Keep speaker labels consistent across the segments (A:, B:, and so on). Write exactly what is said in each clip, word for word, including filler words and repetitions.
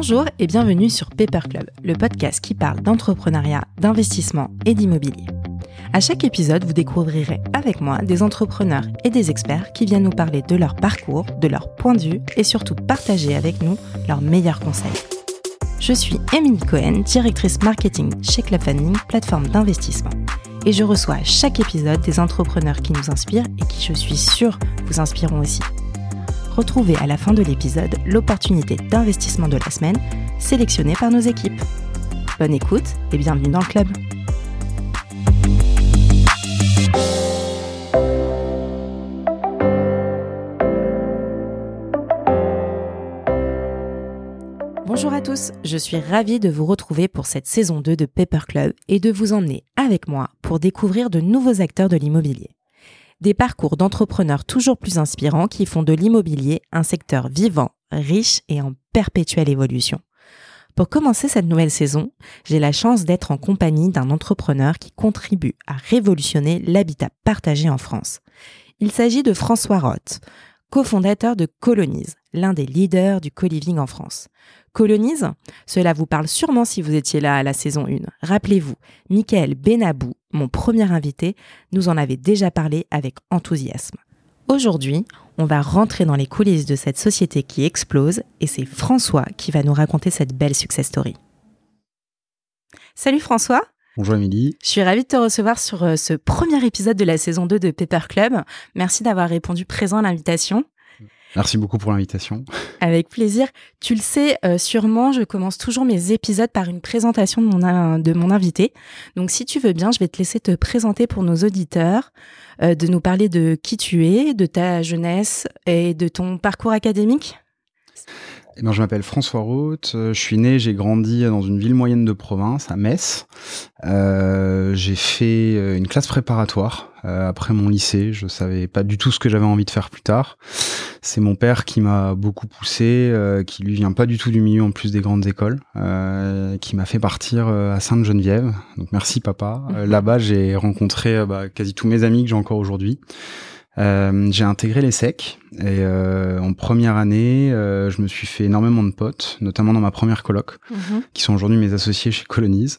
A: Bonjour et bienvenue sur Paper Club, le podcast qui parle d'entrepreneuriat, d'investissement et d'immobilier. À chaque épisode, vous découvrirez avec moi des entrepreneurs et des experts qui viennent nous parler de leur parcours, de leur point de vue et surtout partager avec nous leurs meilleurs conseils. Je suis Émilie Cohen, directrice marketing chez Club Funding, plateforme d'investissement. Et je reçois à chaque épisode des entrepreneurs qui nous inspirent et qui, je suis sûre, vous inspireront aussi. Retrouvez à la fin de l'épisode l'opportunité d'investissement de la semaine sélectionnée par nos équipes. Bonne écoute et bienvenue dans le club. Bonjour à tous, je suis ravie de vous retrouver pour cette saison deux de Paper Club et de vous emmener avec moi pour découvrir de nouveaux acteurs de l'immobilier. Des parcours d'entrepreneurs toujours plus inspirants qui font de l'immobilier un secteur vivant, riche et en perpétuelle évolution. Pour commencer cette nouvelle saison, j'ai la chance d'être en compagnie d'un entrepreneur qui contribue à révolutionner l'habitat partagé en France. Il s'agit de François Roth, cofondateur de Colonize, l'un des leaders du co-living en France. Colonize, cela vous parle sûrement si vous étiez là à la saison un. Rappelez-vous, Michael Benabou, mon premier invité, nous en avait déjà parlé avec enthousiasme. Aujourd'hui, on va rentrer dans les coulisses de cette société qui explose et c'est François qui va nous raconter cette belle success story. Salut François.
B: Bonjour Émilie.
A: Je suis ravie de te recevoir sur euh, ce premier épisode de la saison deux de Paper Club. Merci d'avoir répondu présent à l'invitation.
B: Merci beaucoup pour l'invitation.
A: Avec plaisir. Tu le sais, euh, sûrement, je commence toujours mes épisodes par une présentation de mon, in- de mon invité. Donc, si tu veux bien, je vais te laisser te présenter pour nos auditeurs, euh, de nous parler de qui tu es, de ta jeunesse et de ton parcours académique.
B: Eh bien, je m'appelle François Roth, je suis né, j'ai grandi dans une ville moyenne de province, à Metz. Euh, j'ai fait une classe préparatoire euh, après mon lycée, je savais pas du tout ce que j'avais envie de faire plus tard. C'est mon père qui m'a beaucoup poussé, euh, qui lui vient pas du tout du milieu en plus des grandes écoles, euh, qui m'a fait partir à Sainte-Geneviève. Donc merci papa. Euh, là-bas, j'ai rencontré euh, bah, quasi tous mes amis que j'ai encore aujourd'hui. Euh, j'ai intégré l'ESSEC et euh, en première année, euh, je me suis fait énormément de potes, notamment dans ma première coloc, mmh. qui sont aujourd'hui mes associés chez Colonize.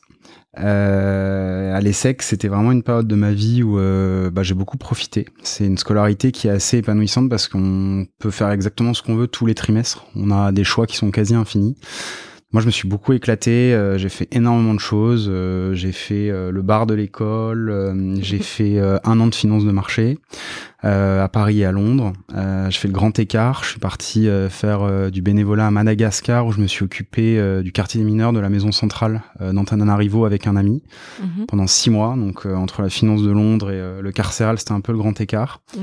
B: Euh, à l'ESSEC, c'était vraiment une période de ma vie où euh, bah, j'ai beaucoup profité. C'est une scolarité qui est assez épanouissante parce qu'on peut faire exactement ce qu'on veut tous les trimestres. On a des choix qui sont quasi infinis. Moi, je me suis beaucoup éclaté, euh, j'ai fait énormément de choses, euh, j'ai fait euh, le bar de l'école, euh, j'ai fait euh, un an de finance de marché euh, à Paris et à Londres, euh, j'ai fait le grand écart, je suis parti euh, faire euh, du bénévolat à Madagascar où je me suis occupé euh, du quartier des mineurs de la maison centrale euh, d'Antananarivo avec un ami mmh. pendant six mois, donc euh, entre la finance de Londres et euh, le carcéral, c'était un peu le grand écart. Ouais,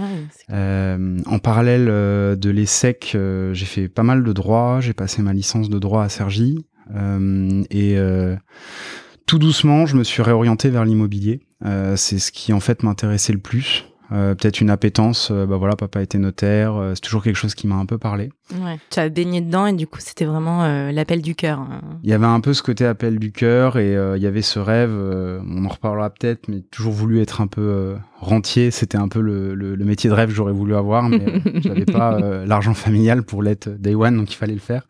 B: euh, en parallèle euh, de l'ESSEC, euh, j'ai fait pas mal de droit, j'ai passé ma licence de droit à Cergy. Euh, et euh, tout doucement, je me suis réorienté vers l'immobilier. Euh, c'est ce qui en fait m'intéressait le plus. Euh, peut-être une appétence. Euh, bah voilà, papa était notaire. Euh, c'est toujours quelque chose qui m'a un peu parlé.
A: Ouais. Tu as baigné dedans et du coup, c'était vraiment euh, l'appel du cœur. Hein.
B: Il y avait un peu ce côté appel du cœur et euh, il y avait ce rêve. Euh, on en reparlera peut-être, mais toujours voulu être un peu euh, rentier. C'était un peu le, le, le métier de rêve que j'aurais voulu avoir, mais euh, j'avais pas euh, l'argent familial pour l'être day one, donc il fallait le faire.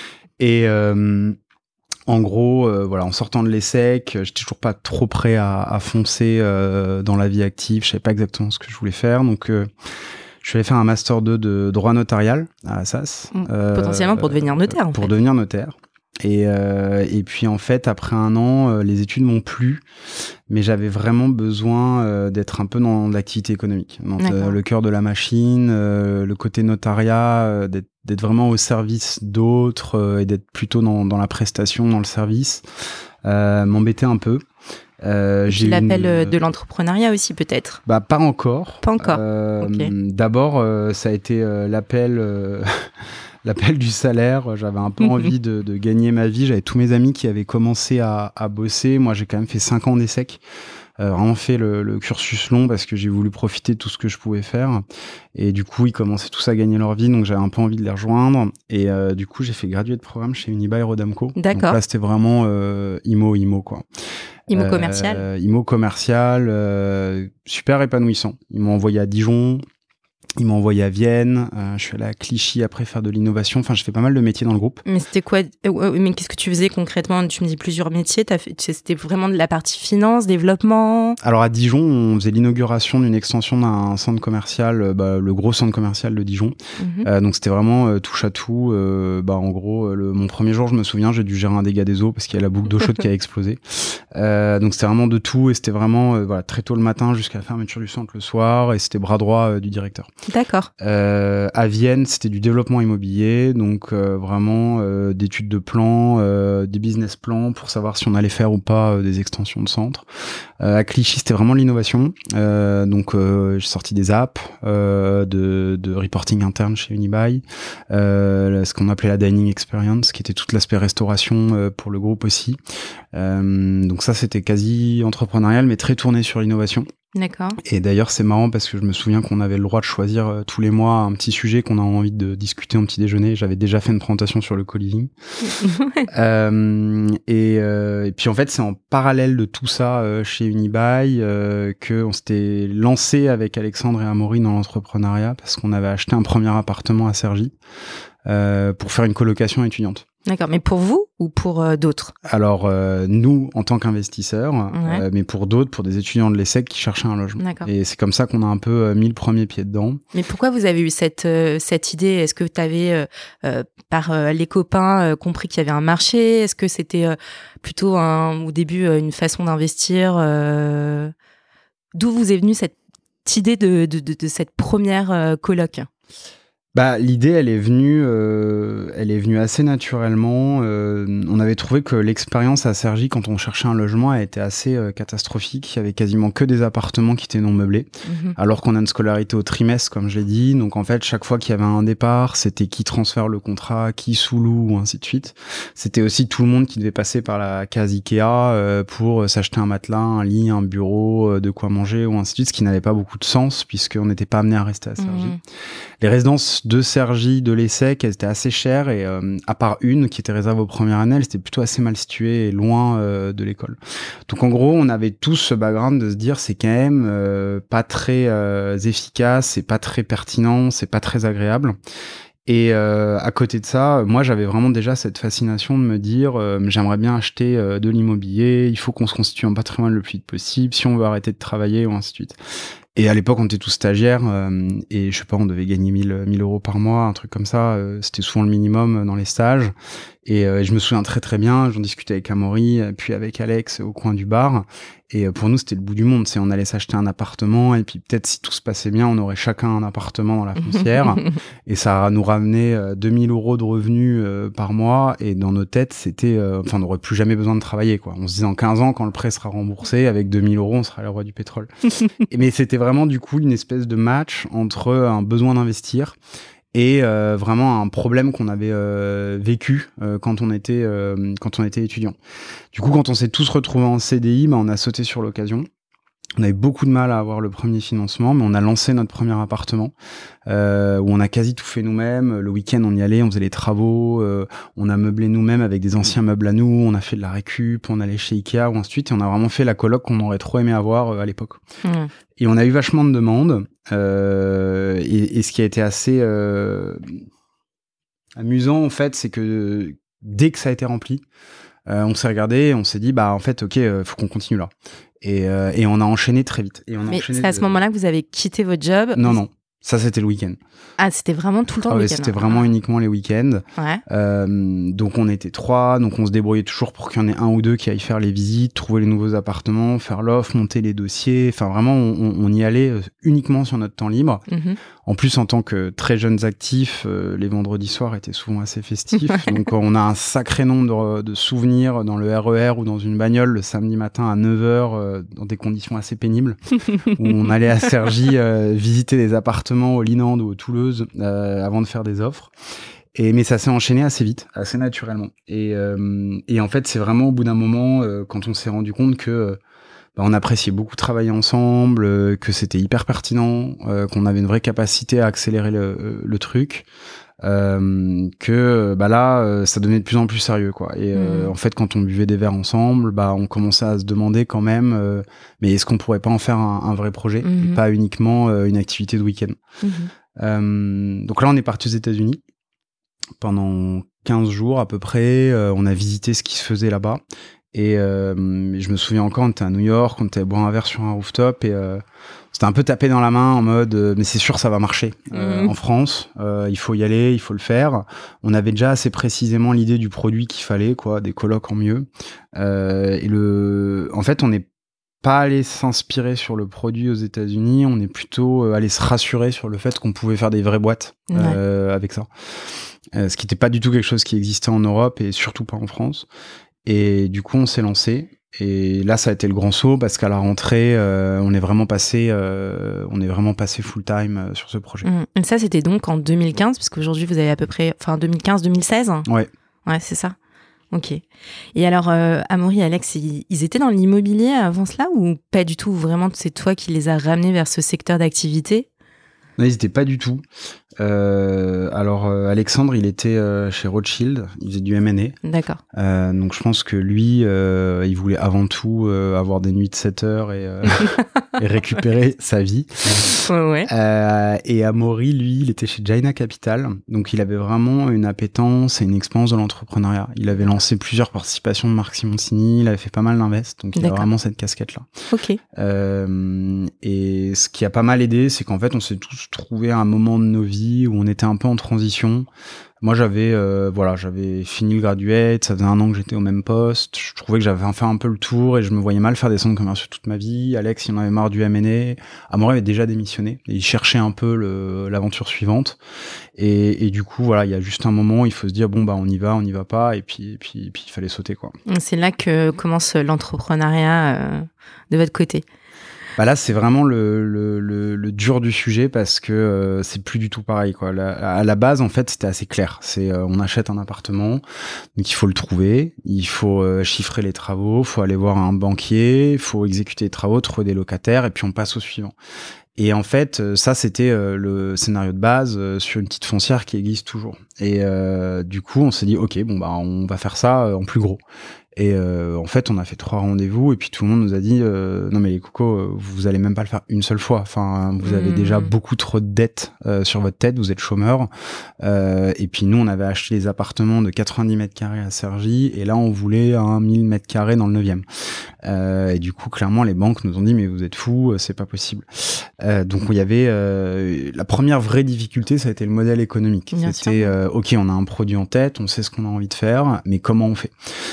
B: Et euh, en gros, euh, voilà, en sortant de l'ESSEC, j'étais toujours pas trop prêt à, à foncer euh, dans la vie active. Je savais pas exactement ce que je voulais faire, donc euh, je suis allé faire un master deux de droit notarial à Assas.
A: Mmh, euh, potentiellement pour devenir notaire. En
B: pour
A: fait.
B: devenir notaire. Et, euh, et puis en fait, après un an, euh, les études m'ont plu, mais j'avais vraiment besoin euh, d'être un peu dans l'activité économique, dans euh, le cœur de la machine, euh, le côté notariat, euh, d'être, d'être vraiment au service d'autres euh, et d'être plutôt dans, dans la prestation, dans le service, euh, m'embêtait un peu.
A: Euh, j'ai l'appel une... de l'entrepreneuriat aussi peut-être.
B: Bah pas encore.
A: Pas encore.
B: Euh,
A: okay.
B: D'abord, euh, ça a été euh, l'appel. Euh... L'appel du salaire, j'avais un peu envie de, de gagner ma vie. J'avais tous mes amis qui avaient commencé à, à bosser. Moi, j'ai quand même fait cinq ans d'ESSEC. Euh, vraiment fait le, le cursus long parce que j'ai voulu profiter de tout ce que je pouvais faire. Et du coup, ils commençaient tous à gagner leur vie, donc j'avais un peu envie de les rejoindre. Et euh, du coup, j'ai fait graduate programme chez Unibail Rodamco.
A: D'accord.
B: Donc là, c'était vraiment euh, IMO, IMO, quoi.
A: IMO commercial.
B: Euh, IMO commercial, euh, super épanouissant. Ils m'ont envoyé à Dijon. Ils m'ont envoyé à Vienne, euh, je suis allé à Clichy après faire de l'innovation. Enfin, j'ai fait pas mal de métiers dans le groupe.
A: Mais c'était quoi euh, Mais qu'est-ce que tu faisais concrètement? Tu me dis plusieurs métiers. T'as fait, c'était vraiment de la partie finance, développement?
B: Alors à Dijon, on faisait l'inauguration d'une extension d'un centre commercial, bah, le gros centre commercial de Dijon. Mm-hmm. Euh, donc c'était vraiment euh, touche à tout. Euh, bah, en gros, le, mon premier jour, je me souviens, j'ai dû gérer un dégât des eaux parce qu'il y a la boucle d'eau chaude qui a explosé. Euh, donc c'était vraiment de tout et c'était vraiment euh, voilà, très tôt le matin jusqu'à la fermeture du centre le soir et c'était bras droit euh, du directeur.
A: D'accord.
B: Euh, à Vienne, c'était du développement immobilier, donc euh, vraiment euh, d'études de plans, euh, des business plans pour savoir si on allait faire ou pas euh, des extensions de centre. Euh, à Clichy, c'était vraiment l'innovation, euh, donc euh, j'ai sorti des apps, euh, de, de reporting interne chez Unibail, euh, ce qu'on appelait la dining experience, qui était tout l'aspect restauration euh, pour le groupe aussi. Euh, donc ça, c'était quasi entrepreneurial, mais très tourné sur l'innovation.
A: D'accord.
B: Et d'ailleurs, c'est marrant parce que je me souviens qu'on avait le droit de choisir euh, tous les mois un petit sujet qu'on a envie de discuter en petit déjeuner. J'avais déjà fait une présentation sur le co-living. euh, et, euh, et puis en fait, c'est en parallèle de tout ça euh, chez Unibail euh, qu'on s'était lancé avec Alexandre et Amaury dans l'entrepreneuriat parce qu'on avait acheté un premier appartement à Cergy euh, pour faire une colocation étudiante.
A: D'accord, mais pour vous ou pour euh, d'autres?
B: Alors, euh, nous, en tant qu'investisseurs,
A: ouais.
B: euh, mais pour d'autres, pour des étudiants de l'ESSEC qui cherchaient un logement.
A: D'accord.
B: Et c'est comme ça qu'on a un peu euh, mis le premier pied dedans.
A: Mais pourquoi vous avez eu cette, euh, cette idée? Est-ce que tu avais, euh, euh, par euh, les copains, euh, compris qu'il y avait un marché? Est-ce que c'était euh, plutôt, un, au début, euh, une façon d'investir euh... D'où vous est venue cette idée de, de, de, de cette première euh, coloc?
B: Bah, l'idée, elle est venue, euh, elle est venue assez naturellement. Euh, on avait trouvé que l'expérience à Cergy, quand on cherchait un logement, elle était assez euh, catastrophique. Il y avait quasiment que des appartements qui étaient non meublés, mmh. alors qu'on a une scolarité au trimestre, comme je l'ai dit. Donc en fait, chaque fois qu'il y avait un départ, c'était qui transfère le contrat, qui sous-loue, ou ainsi de suite. C'était aussi tout le monde qui devait passer par la case Ikea euh, pour s'acheter un matelas, un lit, un bureau, euh, de quoi manger, ou ainsi de suite, ce qui n'avait pas beaucoup de sens puisqu'on n'était pas amené à rester à Cergy. Mmh. Les résidences de Cergy, de l'ESSEC, elles étaient assez chères et euh, à part une qui était réservée aux premières années, elle était plutôt assez mal située et loin euh, de l'école. Donc en gros, on avait tous ce background de se dire c'est quand même euh, pas très euh, efficace, c'est pas très pertinent, c'est pas très agréable. Et euh, à côté de ça, moi j'avais vraiment déjà cette fascination de me dire euh, j'aimerais bien acheter euh, de l'immobilier, il faut qu'on se constitue un patrimoine le plus vite possible si on veut arrêter de travailler ou ainsi de suite. Et à l'époque, on était tous stagiaires euh, et je sais pas, on devait gagner mille euros par mois, un truc comme ça. Euh, c'était souvent le minimum dans les stages. Et euh, je me souviens très très bien, j'en discutais avec Amaury, puis avec Alex au coin du bar. Et euh, pour nous, c'était le bout du monde. C'est on allait s'acheter un appartement et puis peut-être si tout se passait bien, on aurait chacun un appartement dans la foncière. Et ça nous ramenait euh, deux mille euros de revenus euh, par mois. Et dans nos têtes, c'était, euh, enfin, on n'aurait plus jamais besoin de travailler, quoi. On se disait en quinze ans, quand le prêt sera remboursé, avec deux mille euros, on sera le roi du pétrole. et, mais c'était vraiment du coup une espèce de match entre un besoin d'investir et euh, vraiment un problème qu'on avait euh, vécu euh, quand on était euh, quand on était étudiant. Du coup, quand on s'est tous retrouvés en C D I, bah, on a sauté sur l'occasion. On avait beaucoup de mal à avoir le premier financement, mais on a lancé notre premier appartement euh, où on a quasi tout fait nous-mêmes. Le week-end, on y allait, on faisait les travaux, euh, on a meublé nous-mêmes avec des anciens meubles à nous, on a fait de la récup, on allait chez Ikea ou ensuite, et on a vraiment fait la coloc qu'on aurait trop aimé avoir euh, à l'époque. Mmh. Et on a eu vachement de demandes, euh, et, et ce qui a été assez euh, amusant en fait, c'est que dès que ça a été rempli, euh, on s'est regardé, on s'est dit bah en fait ok, euh, faut qu'on continue là. Et, euh, et on a enchaîné très vite. Et on a
A: Mais
B: enchaîné
A: c'est à ce
B: de...
A: moment-là que vous avez quitté votre job?
B: Non, non. Ça, c'était le week-end.
A: Ah, c'était vraiment tout le temps
B: ah,
A: le
B: ouais,
A: week-end.
B: C'était
A: hein.
B: vraiment ah. uniquement les week-ends.
A: Ouais.
B: Euh, donc, on était trois. Donc, on se débrouillait toujours pour qu'il y en ait un ou deux qui aillent faire les visites, trouver les nouveaux appartements, faire l'offre, monter les dossiers. Enfin, vraiment, on, on y allait uniquement sur notre temps libre. Mm-hmm. En plus, en tant que très jeunes actifs, euh, les vendredis soirs étaient souvent assez festifs. Donc, on a un sacré nombre de, de souvenirs dans le R E R ou dans une bagnole le samedi matin à neuf heures, euh, dans des conditions assez pénibles, où on allait à Cergy euh, visiter des appartements au Linand ou au Toulouse euh, avant de faire des offres. Et, mais ça s'est enchaîné assez vite, assez naturellement. Et, euh, et en fait, c'est vraiment au bout d'un moment, euh, quand on s'est rendu compte que euh, bah, on appréciait beaucoup travailler ensemble, euh, que c'était hyper pertinent, euh, qu'on avait une vraie capacité à accélérer le, le truc, euh, que bah là, euh, ça devenait de plus en plus sérieux, quoi. Et euh, mmh. en fait, quand on buvait des verres ensemble, bah on commençait à se demander quand même, euh, mais est-ce qu'on pourrait pas en faire un, un vrai projet, mmh. et pas uniquement euh, une activité de week-end. Mmh. Euh, donc là, on est parti aux États-Unis pendant quinze jours à peu près. Euh, on a visité ce qui se faisait là-bas. Et euh, je me souviens encore, on était à New York, on était boire un verre sur un rooftop et euh, c'était un peu tapé dans la main en mode euh, mais c'est sûr ça va marcher euh, mmh. en France, euh, il faut y aller, il faut le faire. On avait déjà assez précisément l'idée du produit qu'il fallait, quoi, des colocs en mieux. Euh, et le, en fait, on n'est pas allé s'inspirer sur le produit aux États-Unis, on est plutôt allé se rassurer sur le fait qu'on pouvait faire des vraies boîtes ouais. euh, avec ça. Euh, ce qui n'était pas du tout quelque chose qui existait en Europe et surtout pas en France. Et du coup, on s'est lancé. Et là, ça a été le grand saut parce qu'à la rentrée, euh, on est vraiment passé, euh, on est vraiment passé full time euh, sur ce projet.
A: Mmh. Et ça, c'était donc en deux mille quinze, parce qu'aujourd'hui, vous avez à peu près, enfin deux mille quinze deux mille seize.
B: Ouais.
A: Ouais, c'est ça. Ok. Et alors, euh, Amaury, Alex, ils, ils étaient dans l'immobilier avant cela ou pas du tout? Vraiment, c'est toi qui les as ramenés vers ce secteur d'activité?
B: Non, ils n'étaient pas du tout. Euh, alors, euh, Alexandre, il était euh, chez Rothschild, il faisait du M and A.
A: D'accord.
B: Euh, donc, je pense que lui, euh, il voulait avant tout euh, avoir des nuits de sept heures et, euh, et récupérer sa vie.
A: Ouais, ouais.
B: Euh, et Amaury, lui, il était chez Jaina Capital. Donc, il avait vraiment une appétence et une expérience de l'entrepreneuriat. Il avait lancé plusieurs participations de Marc Simoncini, il avait fait pas mal d'invest. Donc, il D'accord. a vraiment cette casquette-là.
A: Ok.
B: Euh, et ce qui a pas mal aidé, c'est qu'en fait, on s'est tous trouvé à un moment de nos vies où on était un peu en transition. Moi, j'avais, euh, voilà, j'avais fini le graduate, ça faisait un an que j'étais au même poste. Je trouvais que j'avais fait un peu le tour et je me voyais mal faire des centres commerciaux toute ma vie. Alex, il en avait marre du M and A. Amaury avait déjà démissionné et il cherchait un peu le, l'aventure suivante. Et, et du coup, voilà, il y a juste un moment, il faut se dire bon bah on y va, on y va pas, et puis, et puis, et puis il fallait sauter, quoi.
A: C'est là que commence l'entrepreneuriat euh, de votre côté.
B: Bah là, c'est vraiment le, le, le, le dur du sujet parce que euh, c'est plus du tout pareil, quoi. La, à la base, en fait, c'était assez clair. C'est, euh, on achète un appartement, donc il faut le trouver, il faut euh, chiffrer les travaux, il faut aller voir un banquier, il faut exécuter les travaux, trouver des locataires, et puis on passe au suivant. Et en fait, ça, c'était euh, le scénario de base euh, sur une petite foncière qui existe toujours. Et euh, du coup, on s'est dit, ok, bon bah, on va faire ça euh, en plus gros. Et euh, en fait, on a fait trois rendez-vous et puis tout le monde nous a dit euh, non mais les cocos, vous allez même pas le faire une seule fois. Enfin, vous avez mmh. déjà beaucoup trop de dettes euh, sur votre tête, vous êtes chômeur. Euh, et puis nous, on avait acheté des appartements de quatre-vingt-dix mètres carrés à Cergy et là, on voulait un mille mètres carrés dans le neuvième. Euh, et du coup, clairement, les banques nous ont dit mais vous êtes fous, c'est pas possible. Euh, donc il y avait euh, la première vraie difficulté, ça a été le modèle économique. Bien C'était euh, ok, on a un produit en tête, on sait ce qu'on a envie de faire, mais comment on fait?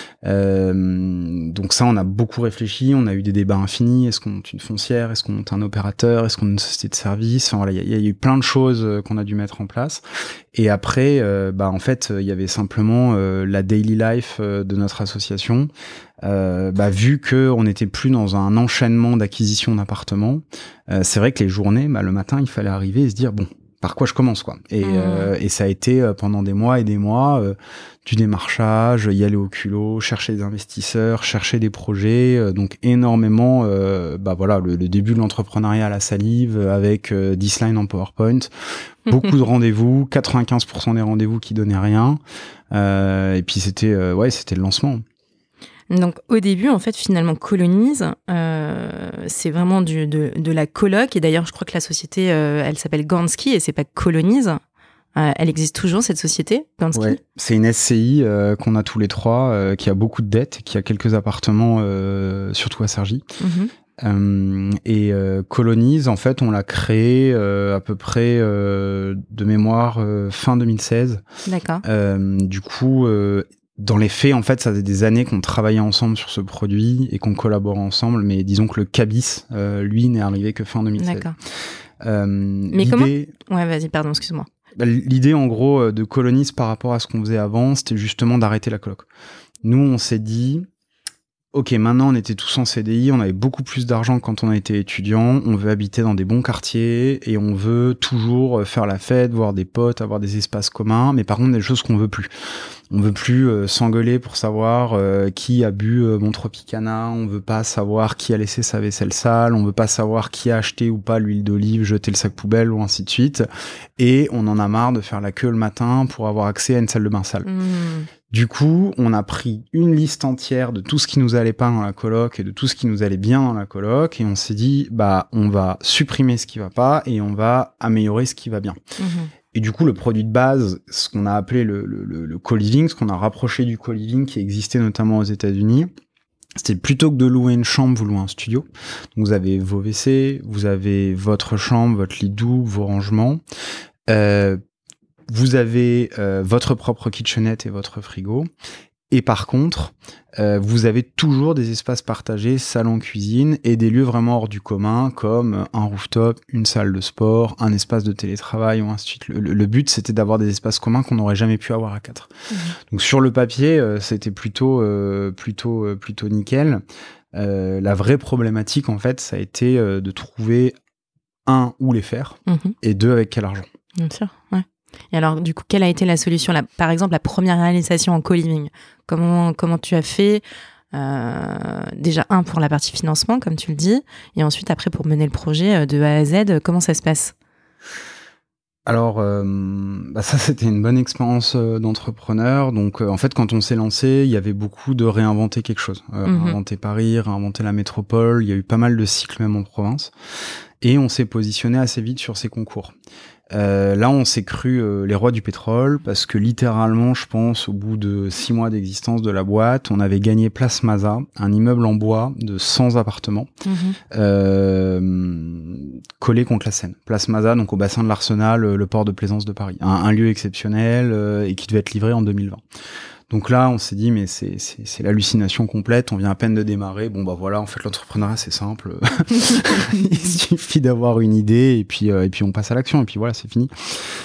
B: Euh, donc ça, on a beaucoup réfléchi, on a eu des débats infinis. Est-ce qu'on monte une foncière? Est-ce qu'on monte un opérateur? Est-ce qu'on monte une société de service? Enfin voilà, il y, y a eu plein de choses qu'on a dû mettre en place. Et après, euh, bah en fait, il y avait simplement euh, la daily life euh, de notre association. Euh, bah, vu que on n'était plus dans un enchaînement d'acquisition d'appartements, euh, c'est vrai que les journées, bah, le matin, il fallait arriver et se dire bon, par quoi je commence, quoi. Et, mmh. euh, et ça a été euh, pendant des mois et des mois euh, du démarchage, y aller au culot, chercher des investisseurs, chercher des projets, euh, donc énormément, euh, bah voilà, le, le début de l'entrepreneuriat à la salive avec euh, dix slides en PowerPoint, beaucoup de rendez-vous, quatre-vingt-quinze pour cent des rendez-vous qui donnaient rien, euh, et puis c'était, euh, ouais, c'était le lancement.
A: Donc au début, en fait, finalement, Colonize, euh, c'est vraiment du, de, de la coloc. Et d'ailleurs, je crois que la société, euh, elle s'appelle Gansky et c'est pas Colonize. Euh, elle existe toujours, cette société, Gansky.
B: Ouais, c'est une S C I euh, qu'on a tous les trois, euh, qui a beaucoup de dettes, qui a quelques appartements, euh, surtout à Cergy. Mm-hmm. Euh, et euh, Colonize, en fait, on l'a créé euh, à peu près euh, de mémoire euh, fin deux mille seize.
A: D'accord.
B: Euh, du coup... Euh, Dans les faits, en fait, ça faisait des années qu'on travaillait ensemble sur ce produit et qu'on collaborait ensemble, mais disons que le cabis, euh, lui, n'est arrivé que fin deux mille seize.
A: D'accord.
B: Euh,
A: mais comment Ouais, vas-y, pardon, excuse-moi.
B: Bah, l'idée, en gros, de Colonize par rapport à ce qu'on faisait avant, c'était justement d'arrêter la coloc. Nous, on s'est dit... Ok, maintenant on était tous en C D I, on avait beaucoup plus d'argent que quand on était étudiant, on veut habiter dans des bons quartiers et on veut toujours faire la fête, voir des potes, avoir des espaces communs, mais par contre, il y a des choses qu'on veut plus. On veut plus euh, s'engueuler pour savoir euh, qui a bu euh, mon Tropicana, on veut pas savoir qui a laissé sa vaisselle sale, on veut pas savoir qui a acheté ou pas l'huile d'olive, jeté le sac poubelle ou ainsi de suite. Et on en a marre de faire la queue le matin pour avoir accès à une salle de bain sale. Mmh. Du coup, on a pris une liste entière de tout ce qui nous allait pas dans la coloc et de tout ce qui nous allait bien dans la coloc, et on s'est dit, bah, on va supprimer ce qui va pas et on va améliorer ce qui va bien. Mmh. Et du coup, le produit de base, ce qu'on a appelé le, le, le, le co-living, ce qu'on a rapproché du co-living qui existait notamment aux États-Unis, c'était plutôt que de louer une chambre, vous louez un studio. Donc vous avez vos W C, vous avez votre chambre, votre lit double, vos rangements. Euh, Vous avez euh, votre propre kitchenette et votre frigo. Et par contre, euh, vous avez toujours des espaces partagés, salon, cuisine, et des lieux vraiment hors du commun, comme un rooftop, une salle de sport, un espace de télétravail, ou ainsi de suite. Le, le but, c'était d'avoir des espaces communs qu'on n'aurait jamais pu avoir à quatre. Mmh. Donc sur le papier, euh, c'était plutôt, euh, plutôt, euh, plutôt nickel. Euh, la vraie problématique, en fait, ça a été euh, de trouver, un, où les faire, mmh. et deux, avec quel argent.
A: Bien sûr, ouais. Et alors, du coup, quelle a été la solution, la, par exemple, la première réalisation en co-living? Comment, comment tu as fait euh, déjà, un, pour la partie financement, comme tu le dis, et ensuite, après, pour mener le projet de A à Z, comment ça se passe?
B: Alors, euh, bah ça, c'était une bonne expérience euh, d'entrepreneur. Donc, euh, en fait, quand on s'est lancé, il y avait beaucoup de réinventer quelque chose. Euh, mmh. Réinventer Paris, réinventer la métropole. Il y a eu pas mal de cycles, même en province. Et on s'est positionné assez vite sur ces concours. Euh, là, on s'est cru euh, les rois du pétrole parce que littéralement, je pense, au bout de six mois d'existence de la boîte, on avait gagné Place Maza, un immeuble en bois de cent appartements, mmh. euh, collé contre la Seine. Place Maza, donc au bassin de l'Arsenal, le port de Plaisance de Paris. Un, un lieu exceptionnel euh, et qui devait être livré en deux mille vingt. Donc là, on s'est dit, mais c'est, c'est, c'est l'hallucination complète, on vient à peine de démarrer. Bon, bah voilà, en fait, l'entrepreneuriat, c'est simple. Il suffit d'avoir une idée et puis, euh, et puis on passe à l'action et puis voilà, c'est fini.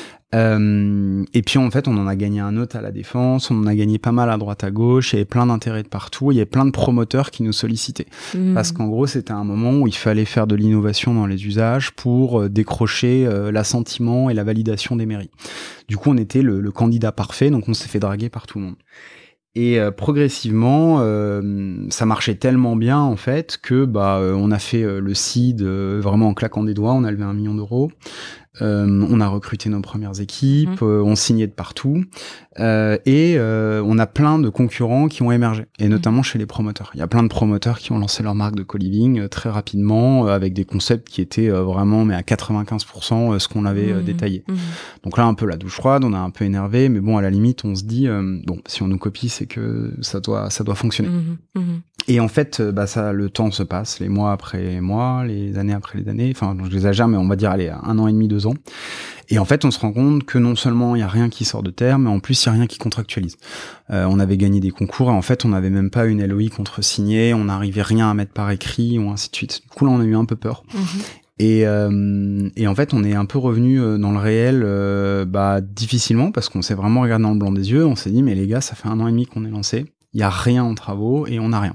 B: Euh, et puis en fait, on en a gagné un autre à la Défense, on en a gagné pas mal à droite à gauche, il y avait plein d'intérêts de partout, il y avait plein de promoteurs qui nous sollicitaient. Mmh. Parce qu'en gros, c'était un moment où il fallait faire de l'innovation dans les usages pour euh, décrocher euh, l'assentiment et la validation des mairies. Du coup, on était le, le candidat parfait, donc on s'est fait draguer par tout le monde. Et euh, progressivement, euh, ça marchait tellement bien en fait que bah euh, on a fait euh, le seed euh, vraiment en claquant des doigts, on a levé un million d'euros. Euh, on a recruté nos premières équipes, mmh. euh, on signait de partout euh, et euh, on a plein de concurrents qui ont émergé, et notamment mmh. chez les promoteurs. Il y a plein de promoteurs qui ont lancé leur marque de co-living euh, très rapidement euh, avec des concepts qui étaient euh, vraiment mais à quatre-vingt-quinze pour cent euh, ce qu'on avait euh, mmh. détaillé. Mmh. Donc là, un peu la douche froide, on a un peu énervé, mais bon, à la limite, on se dit euh, bon, si on nous copie, c'est que ça doit, ça doit fonctionner. Mmh. Mmh. Et en fait, bah ça, le temps se passe, les mois après les mois, les années après les années. Enfin, je exagère, mais on va dire allez, un an et demi, deux ans. Et en fait, on se rend compte que non seulement il y a rien qui sort de terre, mais en plus il y a rien qui contractualise. Euh, on avait gagné des concours et en fait, on n'avait même pas une L O I contre-signée, on n'arrivait rien à mettre par écrit ou ainsi de suite. Du coup, là, on a eu un peu peur. Mmh. Et, euh, et en fait, on est un peu revenu dans le réel, euh, bah difficilement, parce qu'on s'est vraiment regardé dans le blanc des yeux. On s'est dit, mais les gars, ça fait un an et demi qu'on est lancé. Il y a rien en travaux et on n'a rien.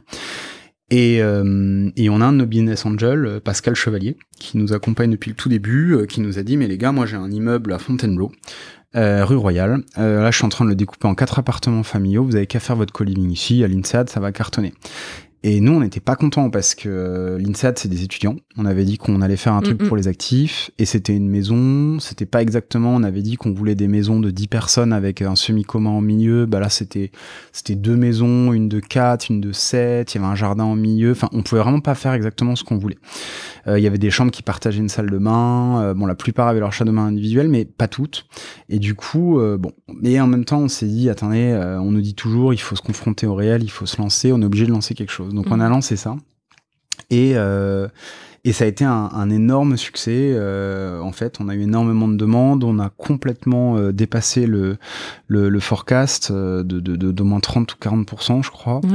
B: Et, euh, et on a un de nos business angels, Pascal Chevalier, qui nous accompagne depuis le tout début, euh, qui nous a dit, mais les gars, moi j'ai un immeuble à Fontainebleau, euh, rue Royale. Euh, là, je suis en train de le découper en quatre appartements familiaux. Vous avez qu'à faire votre co-living ici, à l'INSEAD, ça va cartonner. Et nous, on n'était pas contents parce que euh, l'INSEAD, c'est des étudiants. On avait dit qu'on allait faire un truc mmh, pour les actifs et c'était une maison. C'était pas exactement, on avait dit qu'on voulait des maisons de dix personnes avec un semi-commun au milieu. Bah là, c'était c'était deux maisons, une de quatre, une de sept. Il y avait un jardin au milieu. Enfin, on pouvait vraiment pas faire exactement ce qu'on voulait. Euh, il y avait des chambres qui partageaient une salle de bain. Euh, bon, la plupart avaient leur salle de bain individuelle, mais pas toutes. Et du coup, euh, bon. Et en même temps, on s'est dit, attendez, euh, on nous dit toujours, il faut se confronter au réel, il faut se lancer. On est obligé de lancer quelque chose. Donc, mmh. on a lancé ça. Et, euh, et ça a été un, un énorme succès. Euh, en fait, on a eu énormément de demandes. On a complètement euh, dépassé le, le, le forecast de, de, de, d'au moins trente ou quarante pour cent, je crois. Mmh.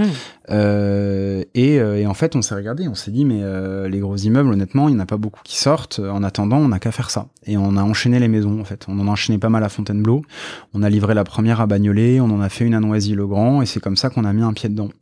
B: Euh, et, euh, et en fait, on s'est regardé, on s'est dit, mais euh, les gros immeubles, honnêtement, il n'y en a pas beaucoup qui sortent. En attendant, on n'a qu'à faire ça. Et on a enchaîné les maisons, en fait. On en a enchaîné pas mal à Fontainebleau. On a livré la première à Bagnolet. On en a fait une à Noisy-le-Grand. Et c'est comme ça qu'on a mis un pied dedans.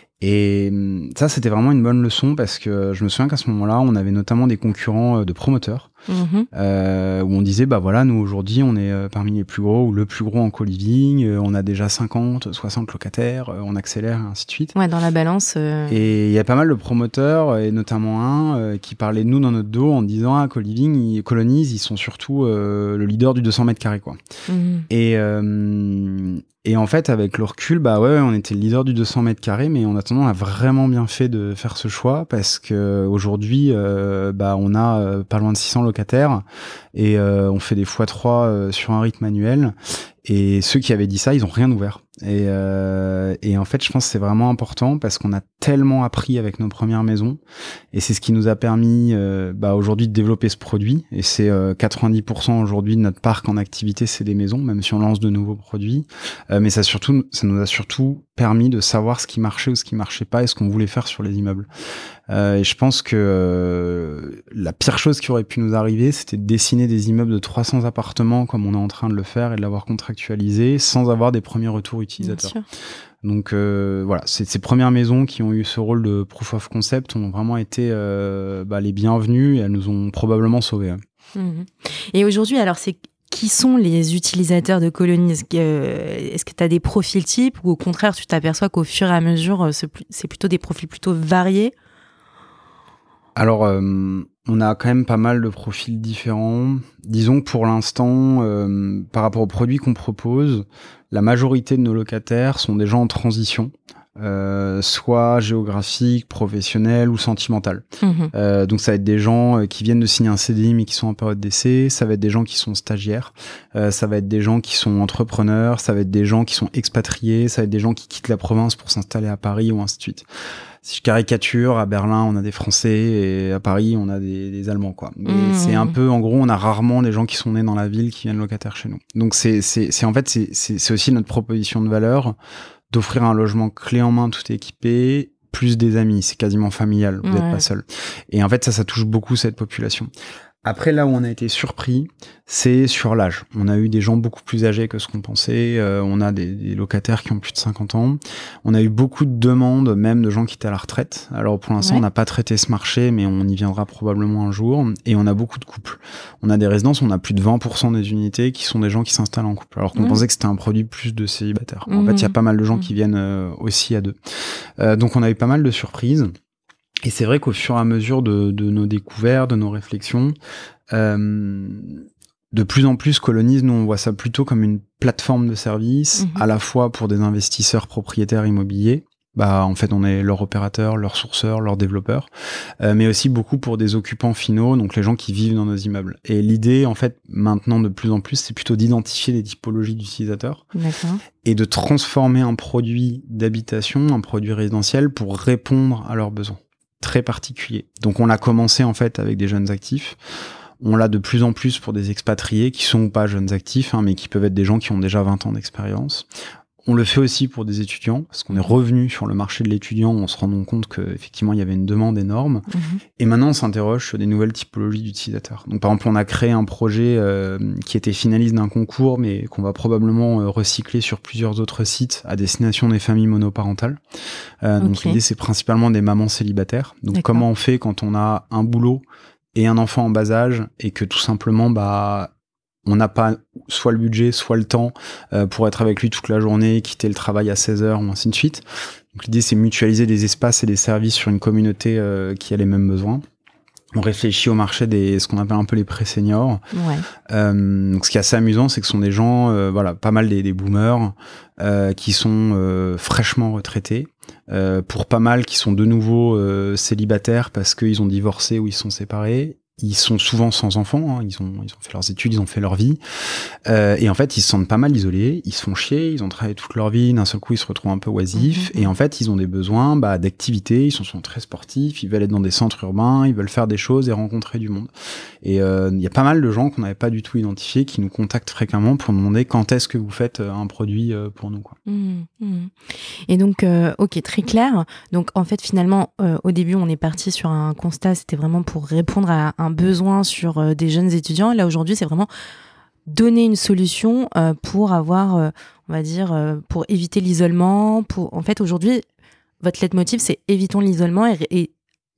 B: Et ça, c'était vraiment une bonne leçon parce que je me souviens qu'à ce moment-là, on avait notamment des concurrents de promoteurs Mmh. Euh, où on disait, bah voilà, nous aujourd'hui, on est parmi les plus gros ou le plus gros en co-living, euh, on a déjà cinquante, soixante locataires, euh, on accélère, et ainsi de suite.
A: Ouais, dans la balance. Euh...
B: Et il y a pas mal de promoteurs, et notamment un, euh, qui parlait de nous dans notre dos en disant, ah, co-living, ils colonisent, ils sont surtout euh, le leader du deux cents mètres carrés, quoi. Mmh. Et, euh, et en fait, avec le recul, bah ouais, on était le leader du deux cents mètres carrés, mais en attendant, on a vraiment bien fait de faire ce choix parce que aujourd'hui, euh, bah, on a euh, pas loin de six cents locataires et euh, on fait des fois trois euh, sur un rythme annuel. Et ceux qui avaient dit ça, ils ont rien ouvert. Et, euh, et en fait, je pense que c'est vraiment important parce qu'on a tellement appris avec nos premières maisons. Et c'est ce qui nous a permis euh, bah, aujourd'hui de développer ce produit. Et c'est euh, quatre-vingt-dix pour cent aujourd'hui de notre parc en activité, c'est des maisons, même si on lance de nouveaux produits. Euh, mais ça, surtout, ça nous a surtout permis de savoir ce qui marchait ou ce qui marchait pas et ce qu'on voulait faire sur les immeubles. Euh, et je pense que euh, la pire chose qui aurait pu nous arriver, c'était de dessiner des immeubles de trois cents appartements comme on est en train de le faire et de l'avoir contractualisé sans avoir des premiers retours utilisateurs. Donc euh, voilà, c'est ces premières maisons qui ont eu ce rôle de proof of concept ont vraiment été euh, bah, les bienvenues et elles nous ont probablement sauvés.
A: Mmh. Et aujourd'hui, alors c'est qui sont les utilisateurs de Colonies ? Est-ce que, est-ce que tu as des profils types ou au contraire, tu t'aperçois qu'au fur et à mesure, c'est plutôt des profils plutôt variés ?
B: Alors, euh, on a quand même pas mal de profils différents. Disons que pour l'instant, euh, par rapport aux produits qu'on propose, la majorité de nos locataires sont des gens en transition, euh, soit géographique, professionnel ou sentimental. Mmh. Euh, donc ça va être des gens qui viennent de signer un C D I mais qui sont en période d'essai, ça va être des gens qui sont stagiaires, euh, ça va être des gens qui sont entrepreneurs, ça va être des gens qui sont expatriés, ça va être des gens qui quittent la province pour s'installer à Paris ou ainsi de suite. Si je caricature, à Berlin, on a des Français et à Paris, on a des, des Allemands, quoi. Et mmh. c'est un peu, en gros, on a rarement des gens qui sont nés dans la ville qui viennent locataires chez nous. Donc c'est, c'est, c'est en fait, c'est, c'est, c'est aussi notre proposition de valeur d'offrir un logement clé en main, tout équipé, plus des amis. C'est quasiment familial. Vous n'êtes ouais. pas seul. Et en fait, ça, ça touche beaucoup cette population. Après, là où on a été surpris, c'est sur l'âge. On a eu des gens beaucoup plus âgés que ce qu'on pensait. Euh, on a des, des locataires qui ont plus de cinquante ans. On a eu beaucoup de demandes, même de gens qui étaient à la retraite. Alors pour l'instant, ouais. on n'a pas traité ce marché, mais on y viendra probablement un jour. Et on a beaucoup de couples. On a des résidences, on a plus de vingt pour cent des unités qui sont des gens qui s'installent en couple. Alors qu'on mmh. pensait que c'était un produit plus de célibataires. Mmh. En fait, il y a pas mal de gens mmh. qui viennent euh, aussi à deux. Euh, donc on a eu pas mal de surprises. Et c'est vrai qu'au fur et à mesure de, de nos découvertes, de nos réflexions, euh, de plus en plus Colonies, nous on voit ça plutôt comme une plateforme de service, mmh. à la fois pour des investisseurs propriétaires immobiliers. Bah en fait on est leur opérateur, leur sourceur, leur développeur, euh, mais aussi beaucoup pour des occupants finaux, donc les gens qui vivent dans nos immeubles. Et l'idée en fait maintenant de plus en plus, c'est plutôt d'identifier les typologies d'utilisateurs. D'accord. Et de transformer un produit d'habitation, un produit résidentiel pour répondre à leurs besoins très particulier. Donc on l'a commencé en fait avec des jeunes actifs. On l'a de plus en plus pour des expatriés qui sont pas jeunes actifs, hein, mais qui peuvent être des gens qui ont déjà vingt ans d'expérience. On le fait aussi pour des étudiants, parce qu'on est revenu sur le marché de l'étudiant, on se rend compte qu'effectivement il y avait une demande énorme. Mmh. Et maintenant on s'interroge sur des nouvelles typologies d'utilisateurs. Donc par exemple on a créé un projet euh, qui était finaliste d'un concours, mais qu'on va probablement euh, recycler sur plusieurs autres sites à destination des familles monoparentales. Euh, okay. Donc l'idée c'est principalement des mamans célibataires. Donc D'accord. comment on fait quand on a un boulot et un enfant en bas âge et que tout simplement bah on n'a pas soit le budget, soit le temps euh, pour être avec lui toute la journée, quitter le travail à seize heures ou ainsi de suite. Donc l'idée, c'est mutualiser des espaces et des services sur une communauté euh, qui a les mêmes besoins. On réfléchit au marché des ce qu'on appelle un peu les pré-seniors. Ouais. Euh, donc ce qui est assez amusant, c'est que ce sont des gens, euh, voilà, pas mal des, des boomers euh, qui sont euh, fraîchement retraités. Euh, pour pas mal qui sont de nouveau euh, célibataires parce qu'ils ont divorcé ou ils sont séparés. Ils sont souvent sans enfants, hein. ils, ont, ils ont fait leurs études, ils ont fait leur vie. Euh, et en fait, ils se sentent pas mal isolés, ils se font chier, ils ont travaillé toute leur vie, d'un seul coup, ils se retrouvent un peu oisifs. Mmh. Et en fait, ils ont des besoins bah, d'activité, ils sont souvent très sportifs, ils veulent être dans des centres urbains, ils veulent faire des choses et rencontrer du monde. Et il euh, y a pas mal de gens qu'on n'avait pas du tout identifiés qui nous contactent fréquemment pour nous demander quand est-ce que vous faites un produit pour nous, quoi.
A: Mmh. Mmh. Et donc, euh, ok, très clair. Donc, en fait, finalement, euh, au début, on est parti sur un constat, c'était vraiment pour répondre à un besoin sur euh, des jeunes étudiants. Là, aujourd'hui, c'est vraiment donner une solution euh, pour avoir, euh, on va dire, euh, pour éviter l'isolement. Pour... En fait, aujourd'hui, votre leitmotiv, c'est évitons l'isolement et, et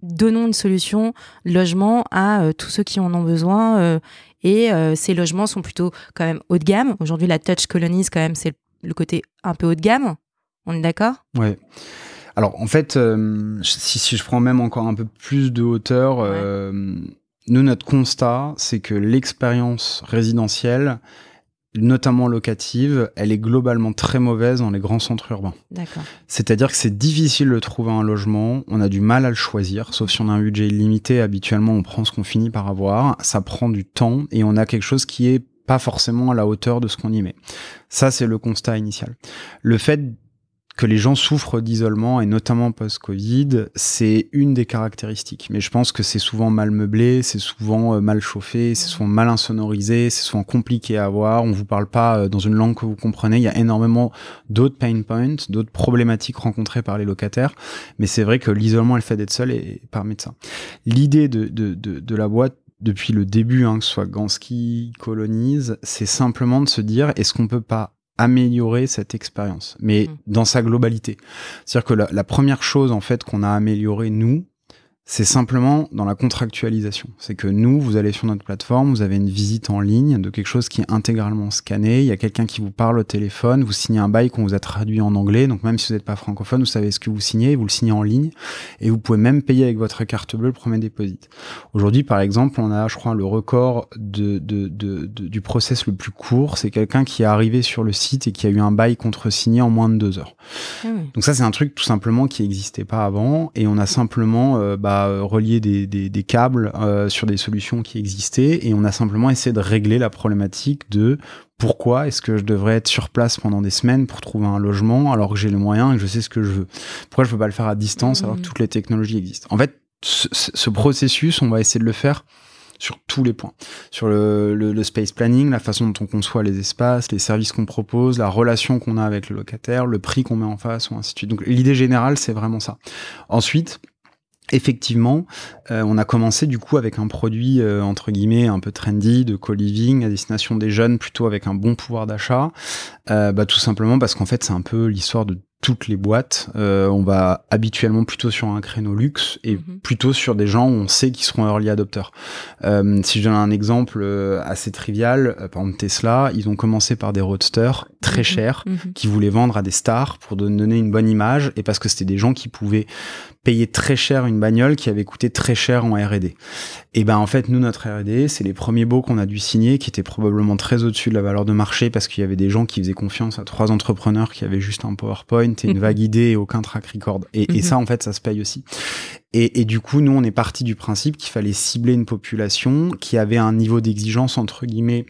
A: donnons une solution logement à euh, tous ceux qui en ont besoin. Euh, et euh, ces logements sont plutôt quand même haut de gamme. Aujourd'hui, la Touch Colonies, quand même, c'est le côté un peu haut de gamme. On est d'accord ?
B: Ouais. Alors, en fait, euh, si, si je prends même encore un peu plus de hauteur, ouais. euh, nous, notre constat, c'est que l'expérience résidentielle, notamment locative, elle est globalement très mauvaise dans les grands centres urbains.
A: D'accord.
B: C'est-à-dire que c'est difficile de trouver un logement, on a du mal à le choisir, sauf si on a un budget illimité, habituellement on prend ce qu'on finit par avoir, ça prend du temps et on a quelque chose qui est pas forcément à la hauteur de ce qu'on y met. Ça, c'est le constat initial. Le fait que les gens souffrent d'isolement, et notamment post-Covid, c'est une des caractéristiques. Mais je pense que c'est souvent mal meublé, c'est souvent mal chauffé, c'est souvent mal insonorisé, c'est souvent compliqué à avoir, on vous parle pas dans une langue que vous comprenez, il y a énormément d'autres pain points, d'autres problématiques rencontrées par les locataires, mais c'est vrai que l'isolement et le fait d'être seul est parmi de ça. L'idée de, de, de, de la boîte, depuis le début, hein, que ce soit Gansky, Colonies, c'est simplement de se dire, est-ce qu'on peut pas améliorer cette expérience, mais mmh. dans sa globalité. C'est-à-dire que la, la première chose en fait qu'on a améliorée nous, c'est simplement dans la contractualisation. C'est que nous, vous allez sur notre plateforme, vous avez une visite en ligne de quelque chose qui est intégralement scanné, il y a quelqu'un qui vous parle au téléphone, vous signez un bail qu'on vous a traduit en anglais, donc même si vous n'êtes pas francophone, vous savez ce que vous signez, vous le signez en ligne, et vous pouvez même payer avec votre carte bleue le premier dépôt. Aujourd'hui, par exemple, on a, je crois, le record de, de, de, de, du process le plus court, c'est quelqu'un qui est arrivé sur le site et qui a eu un bail contre-signé en moins de deux heures. Ah oui. Donc ça, c'est un truc tout simplement qui n'existait pas avant, et on a simplement... Euh, bah, relier des, des, des câbles euh, sur des solutions qui existaient et on a simplement essayé de régler la problématique de pourquoi est-ce que je devrais être sur place pendant des semaines pour trouver un logement alors que j'ai les moyens et que je sais ce que je veux. Pourquoi je peux pas le faire à distance mmh. alors que toutes les technologies existent. En fait, ce, ce processus, on va essayer de le faire sur tous les points. Sur le, le, le space planning, la façon dont on conçoit les espaces, les services qu'on propose, la relation qu'on a avec le locataire, le prix qu'on met en face, ou ainsi de suite. Donc l'idée générale, c'est vraiment ça. Ensuite, effectivement, euh, on a commencé du coup avec un produit euh, entre guillemets un peu trendy de co-living à destination des jeunes, plutôt avec un bon pouvoir d'achat, euh, bah, tout simplement parce qu'en fait c'est un peu l'histoire de toutes les boîtes. Euh, on va habituellement plutôt sur un créneau luxe et mmh. plutôt sur des gens où on sait qu'ils seront early adopters. Euh, si je donne un exemple euh, assez trivial, euh, par exemple Tesla, ils ont commencé par des roadsters très mmh. chers mmh. qui voulaient vendre à des stars pour donner une bonne image et parce que c'était des gens qui pouvaient payer très cher une bagnole qui avait coûté très cher en R et D. Et ben en fait, nous, notre R et D, c'est les premiers baux qu'on a dû signer qui étaient probablement très au-dessus de la valeur de marché parce qu'il y avait des gens qui faisaient confiance à trois entrepreneurs qui avaient juste un PowerPoint et une vague idée et aucun track record. Et, mm-hmm. et ça, en fait, ça se paye aussi. Et, et du coup, nous, on est parti du principe qu'il fallait cibler une population qui avait un niveau d'exigence, entre guillemets,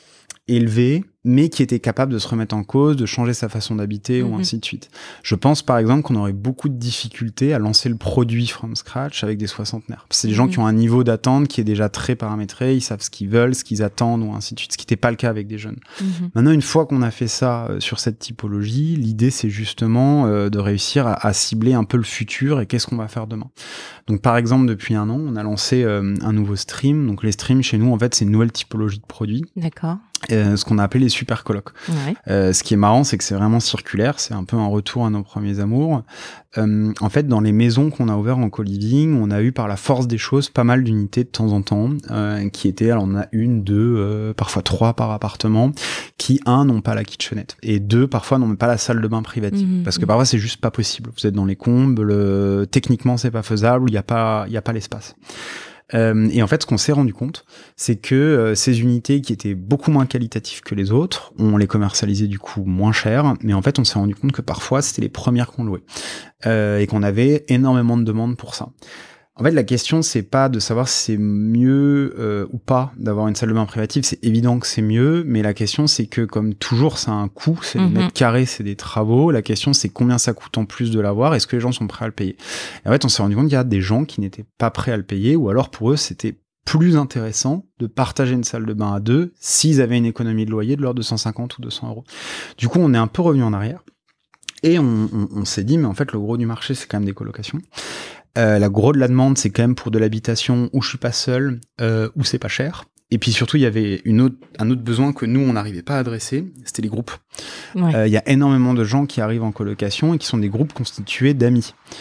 B: élevé, mais qui était capable de se remettre en cause, de changer sa façon d'habiter, mmh. ou ainsi de suite. Je pense, par exemple, qu'on aurait beaucoup de difficultés à lancer le produit from scratch avec des soixantenaires. C'est des gens mmh. qui ont un niveau d'attente qui est déjà très paramétré, ils savent ce qu'ils veulent, ce qu'ils attendent, ou ainsi de suite, ce qui n'était pas le cas avec des jeunes. Mmh. Maintenant, une fois qu'on a fait ça euh, sur cette typologie, l'idée, c'est justement euh, de réussir à, à cibler un peu le futur et qu'est-ce qu'on va faire demain. Donc, par exemple, depuis un an, on a lancé euh, un nouveau stream. Donc, les streams, chez nous, en fait, c'est une nouvelle typologie de produits.
A: D'accord.
B: Euh, ce qu'on a appelé les super colocs. Ouais. Euh, ce qui est marrant, c'est que c'est vraiment circulaire, c'est un peu un retour à nos premiers amours. Euh, en fait, dans les maisons qu'on a ouvertes en co-living, on a eu par la force des choses pas mal d'unités de temps en temps, euh, qui étaient, alors on a une, deux, euh, parfois trois par appartement, qui, un, n'ont pas la kitchenette, et deux, parfois n'ont même pas la salle de bain privative, mmh, parce que mmh. parfois c'est juste pas possible. Vous êtes dans les combles, le... techniquement c'est pas faisable, il y a pas, il y a pas l'espace. Euh, et en fait, ce qu'on s'est rendu compte, c'est que euh, ces unités qui étaient beaucoup moins qualitatives que les autres, on les commercialisait du coup moins cher, mais en fait, on s'est rendu compte que parfois, c'était les premières qu'on louait euh, et qu'on avait énormément de demandes pour ça. En fait, la question, c'est pas de savoir si c'est mieux euh, ou pas d'avoir une salle de bain privative. C'est évident que c'est mieux, mais la question, c'est que comme toujours, ça a un coût. C'est des mmh. mètres carrés, c'est des travaux. La question, c'est combien ça coûte en plus de l'avoir. Est-ce que les gens sont prêts à le payer? Et en fait, on s'est rendu compte qu'il y a des gens qui n'étaient pas prêts à le payer, ou alors pour eux, c'était plus intéressant de partager une salle de bain à deux s'ils avaient une économie de loyer de l'ordre de cent cinquante ou deux cents euros. Du coup, on est un peu revenu en arrière et on, on, on s'est dit, mais en fait, le gros du marché, c'est quand même des colocations. Euh, la gros de la demande, c'est quand même pour de l'habitation où je suis pas seul, euh, où c'est pas cher. Et puis surtout, il y avait une autre, un autre besoin que nous, on n'arrivait pas à adresser, c'était les groupes. Il ouais. euh, y a énormément de gens qui arrivent en colocation et qui sont des groupes constitués d'amis.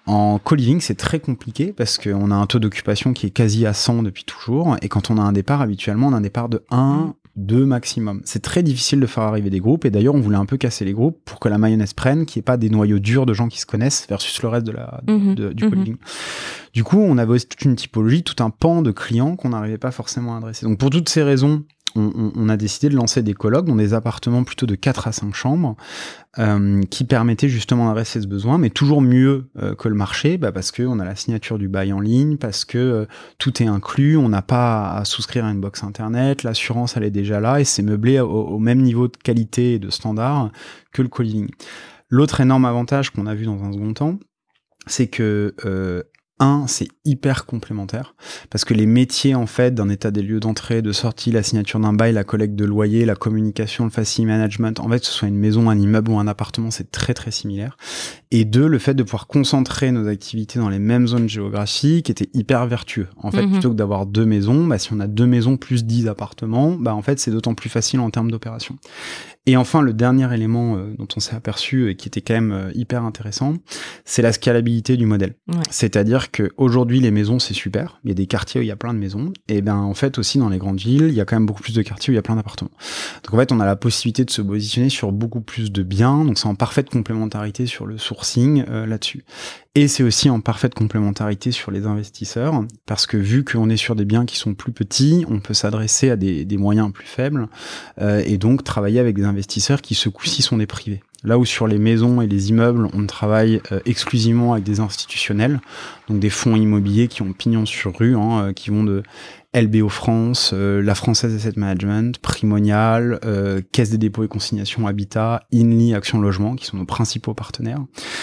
B: En co-living, c'est très compliqué parce qu'on a un taux d'occupation qui est quasi à cent depuis toujours. Et quand on a un départ, habituellement, on a un départ de un, deux maximum. C'est très difficile de faire arriver des groupes. Et d'ailleurs, on voulait un peu casser les groupes pour que la mayonnaise prenne, qu'il n'y ait pas des noyaux durs de gens qui se connaissent versus le reste de la,
A: mmh,
B: de, du
A: mmh.
B: co-living. Du coup, on avait aussi toute une typologie, tout un pan de clients qu'on n'arrivait pas forcément à adresser. Donc, pour toutes ces raisons, on, on, on a décidé de lancer des colocs dans des appartements plutôt de quatre à cinq chambres euh, qui permettaient justement d'adresser ce besoin, mais toujours mieux euh, que le marché, bah parce qu'on a la signature du bail en ligne, parce que euh, tout est inclus, on n'a pas à souscrire à une box internet, l'assurance elle est déjà là et c'est meublé au, au même niveau de qualité et de standard que le co-living. L'autre énorme avantage qu'on a vu dans un second temps, c'est que euh, Un, c'est hyper complémentaire parce que les métiers en fait d'un état des lieux d'entrée, de sortie, la signature d'un bail, la collecte de loyer, la communication, le facility management, en fait, que ce soit une maison, un immeuble ou un appartement, c'est très très similaire. Et deux, le fait de pouvoir concentrer nos activités dans les mêmes zones géographiques était hyper vertueux. En fait, mmh. plutôt que d'avoir deux maisons, bah, si on a deux maisons plus dix appartements, bah, en fait, c'est d'autant plus facile en termes d'opération. Et enfin, le dernier élément euh, dont on s'est aperçu et qui était quand même euh, hyper intéressant, c'est la scalabilité du modèle. Ouais. C'est-à-dire qu'aujourd'hui, les maisons, c'est super. Il y a des quartiers où il y a plein de maisons. Et ben, en fait, aussi, dans les grandes villes, il y a quand même beaucoup plus de quartiers où il y a plein d'appartements. Donc, en fait, on a la possibilité de se positionner sur beaucoup plus de biens. Donc, c'est en parfaite complémentarité sur le sourcing euh, là-dessus. Et c'est aussi en parfaite complémentarité sur les investisseurs, parce que vu qu'on est sur des biens qui sont plus petits, on peut s'adresser à des, des moyens plus faibles, euh, et donc travailler avec des investisseurs qui, ce coup-ci, sont des privés. Là où sur les maisons et les immeubles, on travaille euh, exclusivement avec des institutionnels, donc des fonds immobiliers qui ont pignon sur rue, hein, euh, qui vont de L B O France, euh, la Française Asset Management, Primonial, euh, Caisse des dépôts et consignations Habitat, Inly, Action Logement, qui sont nos principaux partenaires.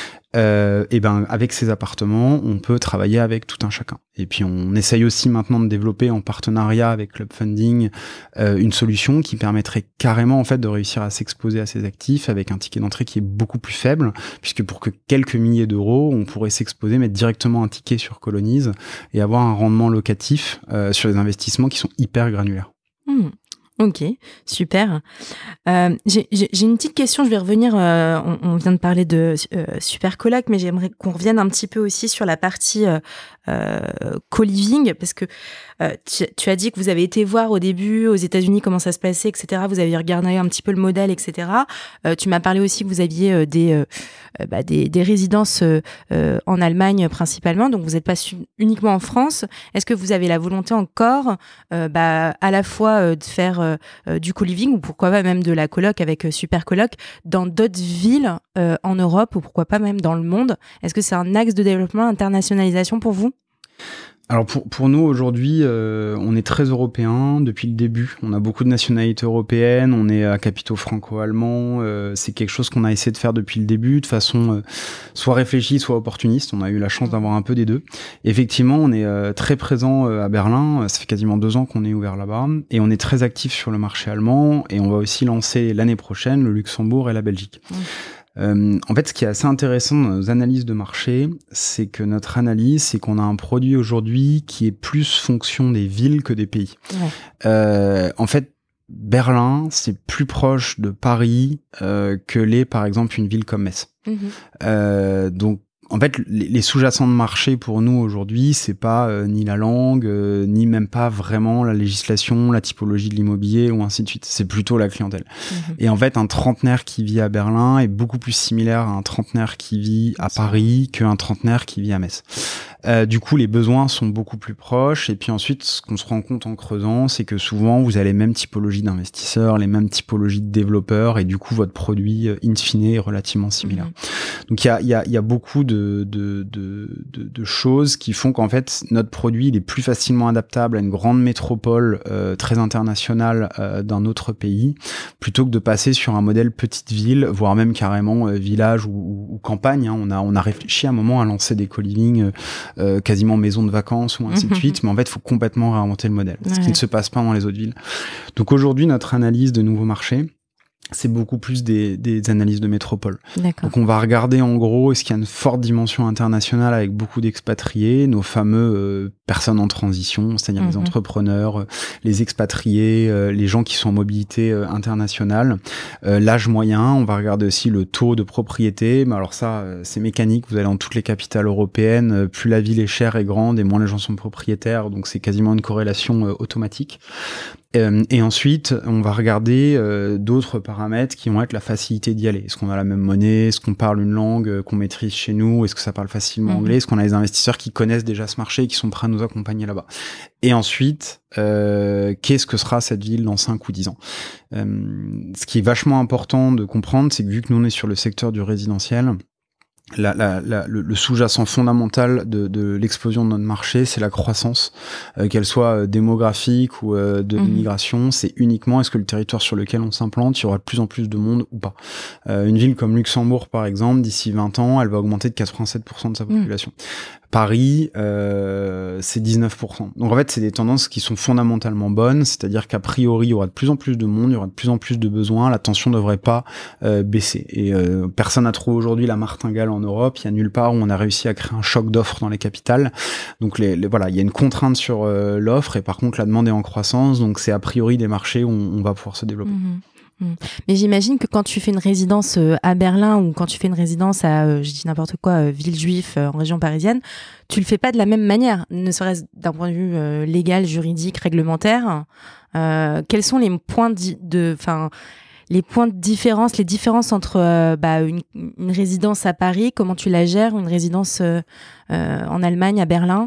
B: Euh, et ben avec ces appartements, on peut travailler avec tout un chacun. Et puis on essaye aussi maintenant de développer en partenariat avec Club Funding euh, une solution qui permettrait carrément en fait de réussir à s'exposer à ces actifs avec un ticket d'entrée qui est beaucoup plus faible, puisque pour que quelques milliers d'euros, on pourrait s'exposer, mettre directement un ticket sur Colonize et avoir un rendement locatif euh, sur des investissements qui sont hyper granulaires.
A: Mmh. Ok, super. Euh, j'ai, j'ai, j'ai une petite question, je vais revenir, euh, on, on vient de parler de euh, Super Coloc, mais j'aimerais qu'on revienne un petit peu aussi sur la partie euh, euh, co-living, parce que euh, tu, tu as dit que vous avez été voir au début aux États-Unis comment ça se passait, et cetera. Vous avez regardé un petit peu le modèle, et cetera. Euh, tu m'as parlé aussi que vous aviez euh, des, euh, bah, des, des résidences euh, en Allemagne principalement, donc vous n'êtes pas su- uniquement en France. Est-ce que vous avez la volonté encore euh, bah, à la fois euh, de faire euh, euh, du co-living ou pourquoi pas même de la coloc avec euh, Super Coloc dans d'autres villes euh, en Europe ou pourquoi pas même dans le monde? Est-ce que c'est un axe de développement, internationalisation pour vous?
B: Alors pour, pour nous aujourd'hui, euh, on est très européen depuis le début. On a beaucoup de nationalités européennes, on est à capitaux franco-allemands. Euh, c'est quelque chose qu'on a essayé de faire depuis le début, de façon euh, soit réfléchie, soit opportuniste. On a eu la chance d'avoir un peu des deux. Effectivement, on est euh, très présent euh, à Berlin. Ça fait quasiment deux ans qu'on est ouvert là-bas. Et on est très actif sur le marché allemand. Et on va aussi lancer l'année prochaine le Luxembourg et la Belgique. Mmh. Euh, en fait, ce qui est assez intéressant dans nos analyses de marché, c'est que notre analyse, c'est qu'on a un produit aujourd'hui qui est plus fonction des villes que des pays. Ouais. Euh, en fait, Berlin, c'est plus proche de Paris euh, que l'est, par exemple, une ville comme Metz. Mmh. Euh, donc, en fait, les, les sous-jacents de marché pour nous aujourd'hui, c'est pas euh, ni la langue, euh, ni même pas vraiment la législation, la typologie de l'immobilier ou ainsi de suite. C'est plutôt la clientèle. Mmh. Et en fait, un trentenaire qui vit à Berlin est beaucoup plus similaire à un trentenaire qui vit à Paris qu'un trentenaire qui vit à Metz. Euh, du coup, les besoins sont beaucoup plus proches. Et puis ensuite, ce qu'on se rend compte en creusant, c'est que souvent, vous avez les mêmes typologies d'investisseurs, les mêmes typologies de développeurs, et du coup, votre produit, in fine, est relativement similaire. Mmh. Donc, il y a, y a, y a beaucoup de, de, de, de, de choses qui font qu'en fait, notre produit, il est plus facilement adaptable à une grande métropole euh, très internationale euh, d'un autre pays, plutôt que de passer sur un modèle petite ville, voire même carrément euh, village ou, ou, ou campagne. Hein. On a, on a réfléchi à un moment à lancer des co-living euh, Euh, quasiment maison de vacances ou ainsi de suite, mais en fait, il faut complètement réinventer le modèle, ouais. Ce qui ne se passe pas dans les autres villes. Donc aujourd'hui, notre analyse de nouveaux marchés, c'est beaucoup plus des, des analyses de métropole.
A: D'accord.
B: Donc on va regarder en gros, est-ce qu'il y a une forte dimension internationale avec beaucoup d'expatriés, nos fameux euh, personnes en transition, c'est-à-dire mm-hmm. les entrepreneurs, euh, les expatriés, euh, les gens qui sont en mobilité euh, internationale, euh, l'âge moyen, on va regarder aussi le taux de propriété, mais alors ça euh, c'est mécanique, vous allez dans toutes les capitales européennes, euh, plus la ville est chère et grande et moins les gens sont propriétaires, donc c'est quasiment une corrélation euh, automatique. Euh, et ensuite, on va regarder euh, d'autres paramètres qui vont être la facilité d'y aller. Est-ce qu'on a la même monnaie? Est-ce qu'on parle une langue euh, qu'on maîtrise chez nous? Est-ce que ça parle facilement mmh. anglais? Est-ce qu'on a des investisseurs qui connaissent déjà ce marché et qui sont prêts à nous accompagner là-bas? Et ensuite, euh, qu'est-ce que sera cette ville dans cinq ou dix ans? euh, Ce qui est vachement important de comprendre, c'est que vu que nous on est sur le secteur du résidentiel, La, la, la, le, le sous-jacent fondamental de, de l'explosion de notre marché, c'est la croissance, euh, qu'elle soit euh, démographique ou euh, de mmh. l'immigration. C'est uniquement est-ce que le territoire sur lequel on s'implante, il y aura de plus en plus de monde ou pas. Euh, une ville comme Luxembourg, par exemple, d'ici vingt ans, elle va augmenter de quatre-vingt-sept pour cent de sa population. Mmh. Paris, euh, c'est dix-neuf pour cent. Donc en fait, c'est des tendances qui sont fondamentalement bonnes, c'est-à-dire qu'a priori, il y aura de plus en plus de monde, il y aura de plus en plus de besoins, la tension ne devrait pas euh, baisser. Et euh, personne n'a trouvé aujourd'hui la martingale en Europe, il y a nulle part où on a réussi à créer un choc d'offres dans les capitales. Donc les, les, voilà, il y a une contrainte sur euh, l'offre et par contre la demande est en croissance, donc c'est a priori des marchés où on, on va pouvoir se développer. Mmh.
A: Mais j'imagine que quand tu fais une résidence à Berlin ou quand tu fais une résidence à, euh, je dis n'importe quoi, euh, Villejuif, euh, en région parisienne, tu le fais pas de la même manière, ne serait-ce d'un point de vue euh, légal, juridique, réglementaire. Euh, quels sont les points di- de, enfin, les points de différence, les différences entre euh, bah, une, une résidence à Paris, comment tu la gères, une résidence euh, euh, en Allemagne, à Berlin?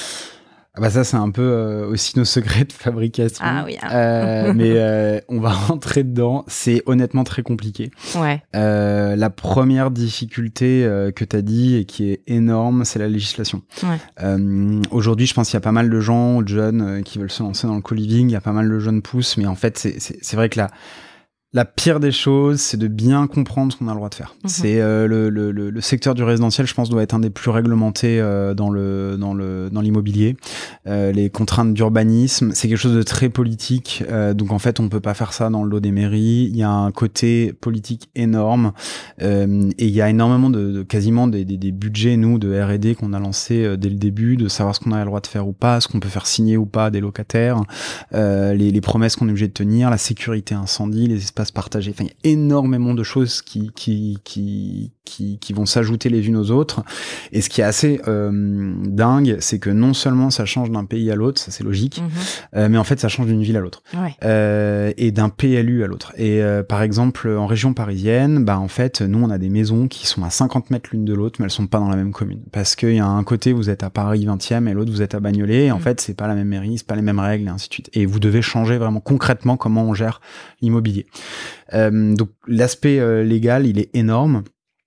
B: Ah bah ça c'est un peu euh, aussi nos secrets de fabrication.
A: Ah oui. Hein.
B: Euh, mais euh, on va rentrer dedans. C'est honnêtement très compliqué.
A: Ouais.
B: Euh, la première difficulté euh, que tu as dit et qui est énorme, c'est la législation.
A: Ouais.
B: Euh, aujourd'hui, je pense qu'il y a pas mal de gens, de jeunes euh, qui veulent se lancer dans le co-living. Il y a pas mal de jeunes pousses, mais en fait c'est c'est, c'est vrai que la La pire des choses, c'est de bien comprendre ce qu'on a le droit de faire. Mmh. C'est euh, le, le, le secteur du résidentiel, je pense, doit être un des plus réglementés euh, dans le dans le dans l'immobilier. Euh, les contraintes d'urbanisme, c'est quelque chose de très politique. Euh, donc en fait, on peut pas faire ça dans le lot des mairies. Il y a un côté politique énorme euh, et il y a énormément de, de quasiment des, des, des budgets nous de R et D qu'on a lancé euh, dès le début, de savoir ce qu'on a le droit de faire ou pas, ce qu'on peut faire signer ou pas des locataires, euh, les, les promesses qu'on est obligé de tenir, la sécurité incendie, les espaces partagés. Enfin, il y a énormément de choses qui qui qui qui, qui vont s'ajouter les unes aux autres. Et ce qui est assez euh, dingue, c'est que non seulement ça change d'un pays à l'autre, ça c'est logique, mmh. euh, mais en fait ça change d'une ville à l'autre
A: ouais.
B: euh, et d'un P L U à l'autre. Et euh, par exemple en région parisienne, bah en fait nous on a des maisons qui sont à cinquante mètres l'une de l'autre, mais elles sont pas dans la même commune parce qu'il y a un côté vous êtes à Paris vingtième et l'autre vous êtes à Bagnolet. Et en mmh. fait c'est pas la même mairie, c'est pas les mêmes règles et ainsi de suite. Et vous devez changer vraiment concrètement comment on gère l'immobilier. Euh, donc l'aspect euh, légal il est énorme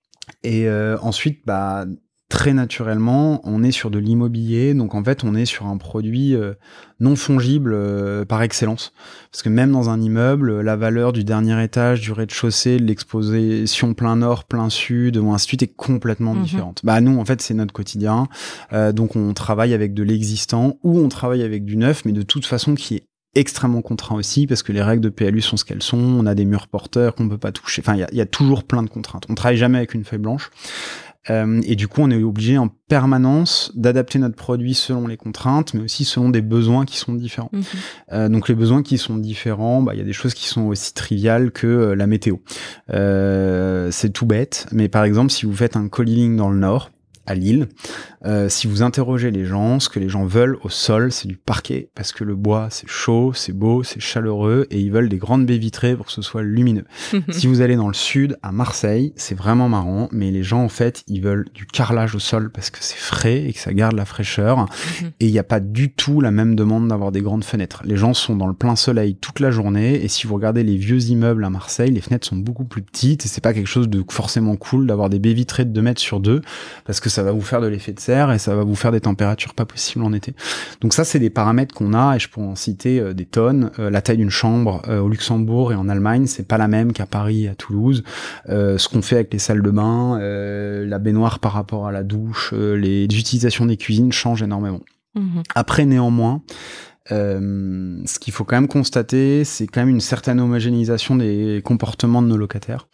B: et euh, ensuite bah très naturellement on est sur de l'immobilier, donc en fait on est sur un produit euh, non fongible euh, par excellence, parce que même dans un immeuble la valeur du dernier étage, du rez-de-chaussée, de l'exposition plein nord, plein sud ou ainsi de suite est complètement mmh. différente. Bah nous en fait c'est notre quotidien, euh, donc on travaille avec de l'existant ou on travaille avec du neuf, mais de toute façon qui est extrêmement contraint aussi parce que les règles de P L U sont ce qu'elles sont, on a des murs porteurs qu'on peut pas toucher, enfin il y a, y a toujours plein de contraintes, on travaille jamais avec une feuille blanche euh, et du coup on est obligé en permanence d'adapter notre produit selon les contraintes mais aussi selon des besoins qui sont différents. Mmh. Euh, donc les besoins qui sont différents, bah il y a des choses qui sont aussi triviales que euh, la météo. Euh, c'est tout bête, mais par exemple si vous faites un co-living dans le nord, à Lille, euh, si vous interrogez les gens, ce que les gens veulent au sol, c'est du parquet, parce que le bois, c'est chaud, c'est beau, c'est chaleureux, et ils veulent des grandes baies vitrées pour que ce soit lumineux. Si vous allez dans le sud, à Marseille, c'est vraiment marrant, mais les gens, en fait, ils veulent du carrelage au sol, parce que c'est frais et que ça garde la fraîcheur, et il n'y a pas du tout la même demande d'avoir des grandes fenêtres. Les gens sont dans le plein soleil toute la journée, et si vous regardez les vieux immeubles à Marseille, les fenêtres sont beaucoup plus petites, et c'est pas quelque chose de forcément cool d'avoir des baies vitrées de deux mètres sur deux, parce que ça va vous faire de l'effet de serre et ça va vous faire des températures pas possibles en été. Donc ça, c'est des paramètres qu'on a et je pourrais en citer euh, des tonnes. Euh, la taille d'une chambre euh, au Luxembourg et en Allemagne, c'est pas la même qu'à Paris et à Toulouse. Euh, ce qu'on fait avec les salles de bain, euh, la baignoire par rapport à la douche, euh, les utilisations des cuisines changent énormément. Mmh. Après, néanmoins, Euh, ce qu'il faut quand même constater, c'est quand même une certaine homogénéisation des comportements de nos locataires.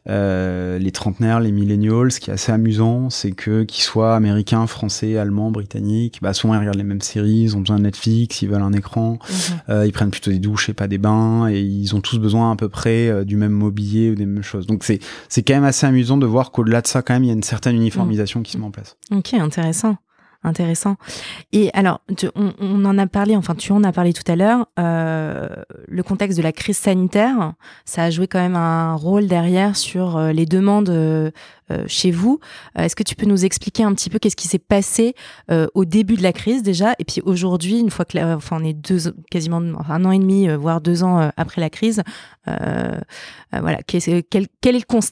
B: Euh, les trentenaires, les millennials, ce qui est assez amusant, c'est que qu'ils soient américains, français, allemands, britanniques, bah souvent ils regardent les mêmes séries, ils ont besoin de Netflix, ils veulent un écran, mmh. euh, ils prennent plutôt des douches et pas des bains, et ils ont tous besoin à peu près euh, du même mobilier ou des mêmes choses. Donc c'est c'est quand même assez amusant de voir qu'au-delà de ça, quand même, il y a une certaine uniformisation mmh. qui se met en place.
A: Ok, intéressant. Intéressant. Et alors, tu, on, on en a parlé, enfin tu en as parlé tout à l'heure, euh, le contexte de la crise sanitaire, ça a joué quand même un rôle derrière sur euh, les demandes euh, euh, chez vous. Euh, est-ce que tu peux nous expliquer un petit peu qu'est-ce qui s'est passé euh, au début de la crise déjà, et puis aujourd'hui, une fois que la, enfin, on est deux, quasiment un an et demi, euh, voire deux ans euh, après la crise, euh, euh, voilà, quel, quel, quel est le constat ?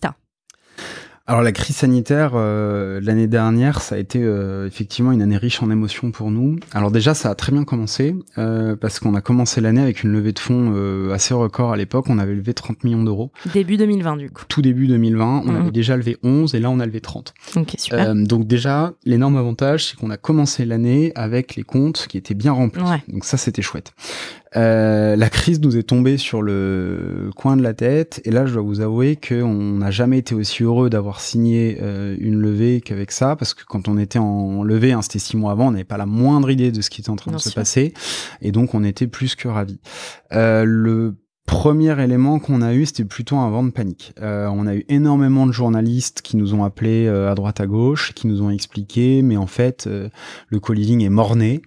B: Alors la crise sanitaire, euh, l'année dernière, ça a été euh, effectivement une année riche en émotions pour nous. Alors déjà, ça a très bien commencé, euh, parce qu'on a commencé l'année avec une levée de fonds euh, assez record à l'époque. On avait levé trente millions d'euros.
A: Début deux mille vingt du coup.
B: Tout début deux mille vingt, on
A: mmh.
B: avait déjà levé onze et là on a levé trente.
A: Ok, super.
B: Euh, donc déjà, l'énorme avantage, c'est qu'on a commencé l'année avec les comptes qui étaient bien remplis.
A: Ouais.
B: Donc ça, c'était chouette. Euh, la crise nous est tombée sur le coin de la tête et là je dois vous avouer qu'on n'a jamais été aussi heureux d'avoir signé euh, une levée qu'avec ça, parce que quand on était en levée, hein, c'était six mois avant, on n'avait pas la moindre idée de ce qui était en train
A: Bien
B: de
A: sûr.
B: se passer et donc on était plus que ravis. Euh, le premier élément qu'on a eu, c'était plutôt un vent de panique. Euh, on a eu énormément de journalistes qui nous ont appelés euh, à droite à gauche, qui nous ont expliqué, mais en fait, euh, le co-living est mort-né.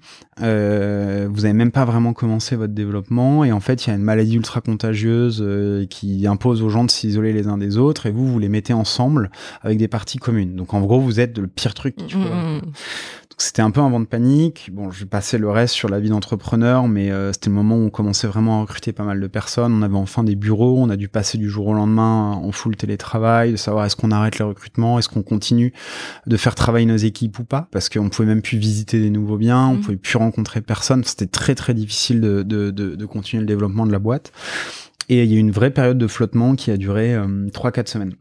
B: Euh, vous avez même pas vraiment commencé votre développement et en fait, il y a une maladie ultra contagieuse euh, qui impose aux gens de s'isoler les uns des autres et vous, vous les mettez ensemble avec des parties communes. Donc en gros, vous êtes le pire truc qui
A: mmh.
B: peut... Donc c'était un peu un vent de panique. Bon, je vais passer le reste sur la vie d'entrepreneur, mais euh, c'était le moment où on commençait vraiment à recruter pas mal de personnes. On avait enfin des bureaux, on a dû passer du jour au lendemain en full télétravail, de savoir est-ce qu'on arrête les recrutements, est-ce qu'on continue de faire travailler nos équipes ou pas, parce qu'on pouvait même plus visiter des nouveaux biens, on mmh. pouvait plus rencontrer personne. C'était très très difficile de, de, de, de continuer le développement de la boîte. Et il y a eu une vraie période de flottement qui a duré euh, trois quatre semaines.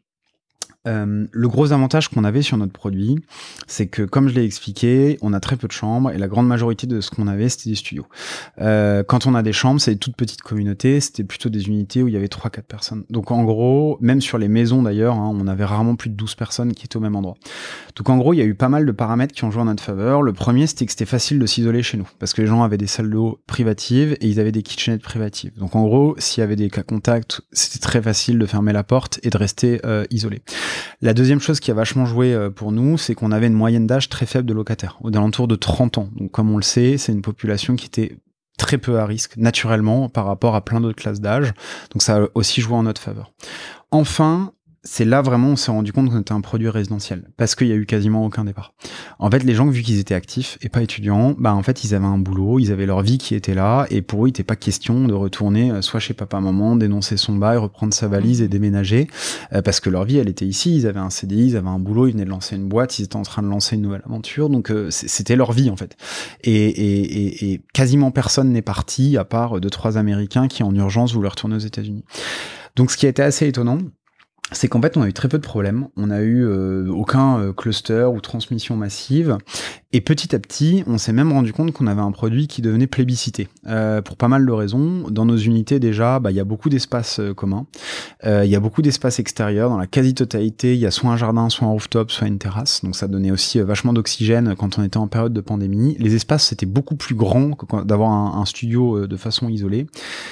B: Euh, le gros avantage qu'on avait sur notre produit, c'est que, comme je l'ai expliqué, on a très peu de chambres et la grande majorité de ce qu'on avait, c'était des studios. Euh, quand on a des chambres, c'est des toutes petites communautés, c'était plutôt des unités où il y avait trois quatre personnes. Donc en gros, même sur les maisons d'ailleurs, hein, on avait rarement plus de douze personnes qui étaient au même endroit. Donc en gros, il y a eu pas mal de paramètres qui ont joué en notre faveur. Le premier, c'était que c'était facile de s'isoler chez nous, parce que les gens avaient des salles d'eau privatives et ils avaient des kitchenettes privatives. Donc en gros, s'il y avait des cas contacts, c'était très facile de fermer la porte et de rester euh, isolé. La deuxième chose qui a vachement joué pour nous, c'est qu'on avait une moyenne d'âge très faible de locataires, aux alentours de trente ans. Donc comme on le sait, c'est une population qui était très peu à risque, naturellement, par rapport à plein d'autres classes d'âge. Donc ça a aussi joué en notre faveur. Enfin, c'est là vraiment on s'est rendu compte qu'on était un produit résidentiel, parce qu'il y a eu quasiment aucun départ. En fait, les gens, vu qu'ils étaient actifs et pas étudiants, bah en fait ils avaient un boulot, ils avaient leur vie qui était là, et pour eux il n'était pas question de retourner soit chez papa maman, dénoncer son bail, reprendre sa valise et déménager, euh, parce que leur vie elle était ici, ils avaient un C D I, ils avaient un boulot, ils venaient de lancer une boîte, ils étaient en train de lancer une nouvelle aventure, donc euh, c'était leur vie en fait. Et, et, et, et quasiment personne n'est parti, à part deux trois Américains qui en urgence voulaient retourner aux États-Unis. Donc ce qui a été assez étonnant, c'est qu'en fait, on a eu très peu de problèmes. On n'a eu euh, aucun euh, cluster ou transmission massive. Et petit à petit, on s'est même rendu compte qu'on avait un produit qui devenait plébiscité. Euh, pour pas mal de raisons. Dans nos unités, déjà, bah, y a beaucoup d'espaces euh, communs. Il euh, y a beaucoup d'espaces extérieurs. Dans la quasi-totalité, il y a soit un jardin, soit un rooftop, soit une terrasse. Donc ça donnait aussi euh, vachement d'oxygène quand on était en période de pandémie. Les espaces, c'était beaucoup plus grand que quand, d'avoir un, un studio euh, de façon isolée.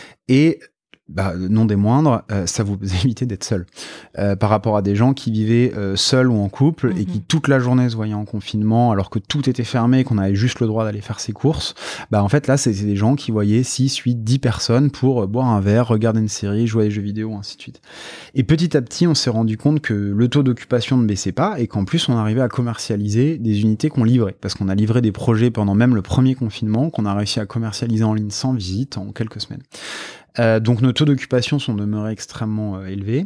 B: Et bah, non des moindres, euh, ça vous évitait d'être seul. Euh, par rapport à des gens qui vivaient euh, seuls ou en couple, mmh. et qui toute la journée se voyaient en confinement, alors que tout était fermé, qu'on avait juste le droit d'aller faire ses courses, bah en fait là, c'était des gens qui voyaient six, huit, dix personnes pour euh, boire un verre, regarder une série, jouer à des jeux vidéo, ainsi de suite. Et petit à petit, on s'est rendu compte que le taux d'occupation ne baissait pas, et qu'en plus, on arrivait à commercialiser des unités qu'on livrait, parce qu'on a livré des projets pendant même le premier confinement, qu'on a réussi à commercialiser en ligne sans visite en quelques semaines. Euh, donc nos taux d'occupation sont demeurés extrêmement euh, élevés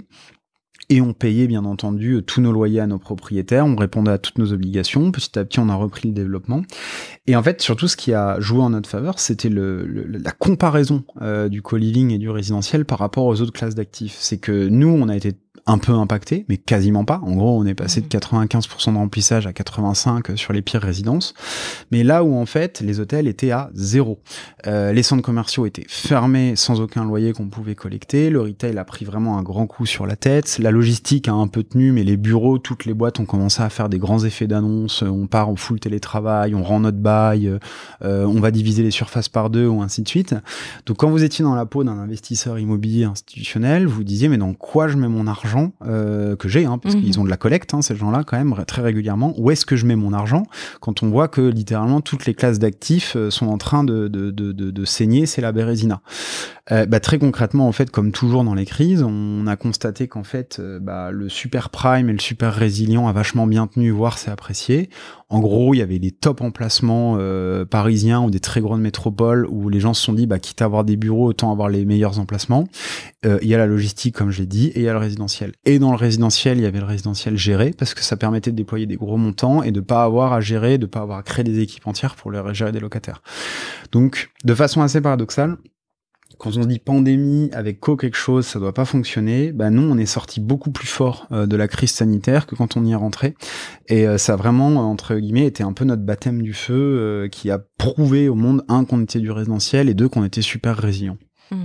B: et on payait bien entendu tous nos loyers à nos propriétaires, on répondait à toutes nos obligations, petit à petit on a repris le développement et en fait surtout ce qui a joué en notre faveur c'était le, le, la comparaison euh, du co-living et du résidentiel par rapport aux autres classes d'actifs. C'est que nous on a été un peu impacté, mais quasiment pas. En gros, on est passé de quatre-vingt-quinze pour cent de remplissage à quatre-vingt-cinq sur les pires résidences. Mais là où, en fait, les hôtels étaient à zéro. Euh, les centres commerciaux étaient fermés sans aucun loyer qu'on pouvait collecter. Le retail a pris vraiment un grand coup sur la tête. La logistique a un peu tenu, mais les bureaux, toutes les boîtes ont commencé à faire des grands effets d'annonce. On part en full télétravail, on rend notre bail, euh, on va diviser les surfaces par deux, ou ainsi de suite. Donc, quand vous étiez dans la peau d'un investisseur immobilier institutionnel, vous disiez, mais dans quoi je mets mon argent euh, que j'ai, hein, parce mmh. qu'ils ont de la collecte, hein, ces gens-là, quand même, très régulièrement. Où est-ce que je mets mon argent quand on voit que, littéralement, toutes les classes d'actifs euh, sont en train de, de, de, de, de saigner, c'est la Bérésina. Euh, bah, très concrètement, en fait, comme toujours dans les crises, on a constaté qu'en fait, euh, bah, le super prime et le super résilient a vachement bien tenu, voire s'est apprécié. En gros, il y avait les top emplacements euh, parisiens ou des très grandes métropoles où les gens se sont dit, bah, quitte à avoir des bureaux, autant avoir les meilleurs emplacements. Euh, il y a la logistique, comme je l'ai dit, et il y a le résidentiel. Et dans le résidentiel, il y avait le résidentiel géré, parce que ça permettait de déployer des gros montants et de pas avoir à gérer, de pas avoir à créer des équipes entières pour les gérer des locataires. Donc, de façon assez paradoxale, quand on se dit pandémie avec co quelque chose, ça doit pas fonctionner, bah nous on est sorti beaucoup plus fort euh, de la crise sanitaire que quand on y est rentré. Et euh, ça a vraiment, euh, entre guillemets, été un peu notre baptême du feu euh, qui a prouvé au monde, un, qu'on était du résidentiel et deux, qu'on était super résilient.
A: Mmh.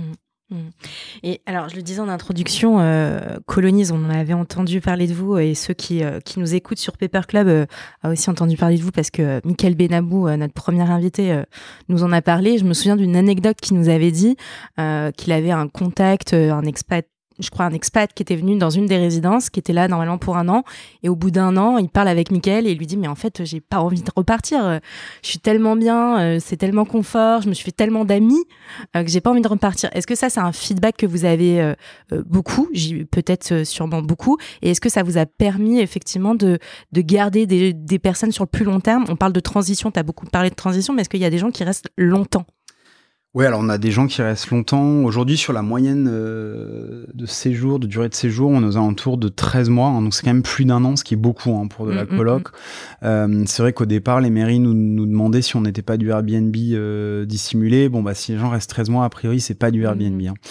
A: Et alors, je le disais en introduction, euh, Colonize, on en avait entendu parler de vous, et ceux qui, euh, qui nous écoutent sur Paper Club euh, ont aussi entendu parler de vous parce que euh, Mickaël Benabou, euh, notre premier invité, euh, nous en a parlé. Je me souviens d'une anecdote qu'il nous avait dit euh, qu'il avait un contact, euh, un expat, je crois un expat qui était venu dans une des résidences, qui était là normalement pour un an, et au bout d'un an, il parle avec Mickaël et il lui dit mais en fait j'ai pas envie de repartir, je suis tellement bien, c'est tellement confort, je me suis fait tellement d'amis euh, que j'ai pas envie de repartir. Est-ce que ça c'est un feedback que vous avez euh, euh, beaucoup, j'ai peut-être euh, sûrement beaucoup, et est-ce que ça vous a permis effectivement de, de garder des, des personnes sur le plus long terme? On parle de transition, tu as beaucoup parlé de transition, mais est-ce qu'il y a des gens qui restent longtemps?
B: Oui, alors on a des gens qui restent longtemps. Aujourd'hui, sur la moyenne euh, de séjour, de durée de séjour, on est aux alentours de treize mois. Hein, donc c'est quand même plus d'un an, ce qui est beaucoup hein, pour de la coloc. Mmh, mmh. Euh, c'est vrai qu'au départ, les mairies nous, nous demandaient si on n'était pas du Airbnb euh, dissimulé. Bon, bah si les gens restent treize mois, a priori, c'est pas du Airbnb. Mmh. Hein.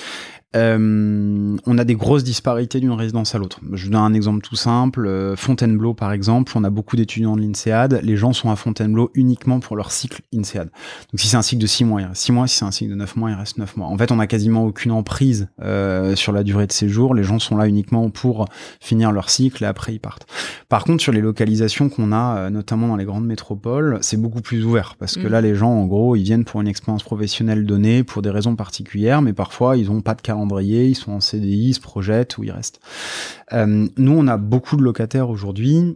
B: Euh, on a des grosses disparités d'une résidence à l'autre. Je vous donne un exemple tout simple. Euh, Fontainebleau, par exemple, on a beaucoup d'étudiants de l'INSEAD. Les gens sont à Fontainebleau uniquement pour leur cycle INSEAD. Donc si c'est un cycle de six mois, il reste six mois. Si c'est un cycle de neuf mois, il reste neuf mois. En fait, on a quasiment aucune emprise euh, sur la durée de séjour. Les gens sont là uniquement pour finir leur cycle et après ils partent. Par contre, sur les localisations qu'on a, euh, notamment dans les grandes métropoles, c'est beaucoup plus ouvert parce que mmh. là, les gens, en gros, ils viennent pour une expérience professionnelle donnée, pour des raisons particulières, mais parfois, ils ont pas de calendrier. Ils sont en C D I, ils se projettent ou ils restent. Euh, nous, on a beaucoup de locataires aujourd'hui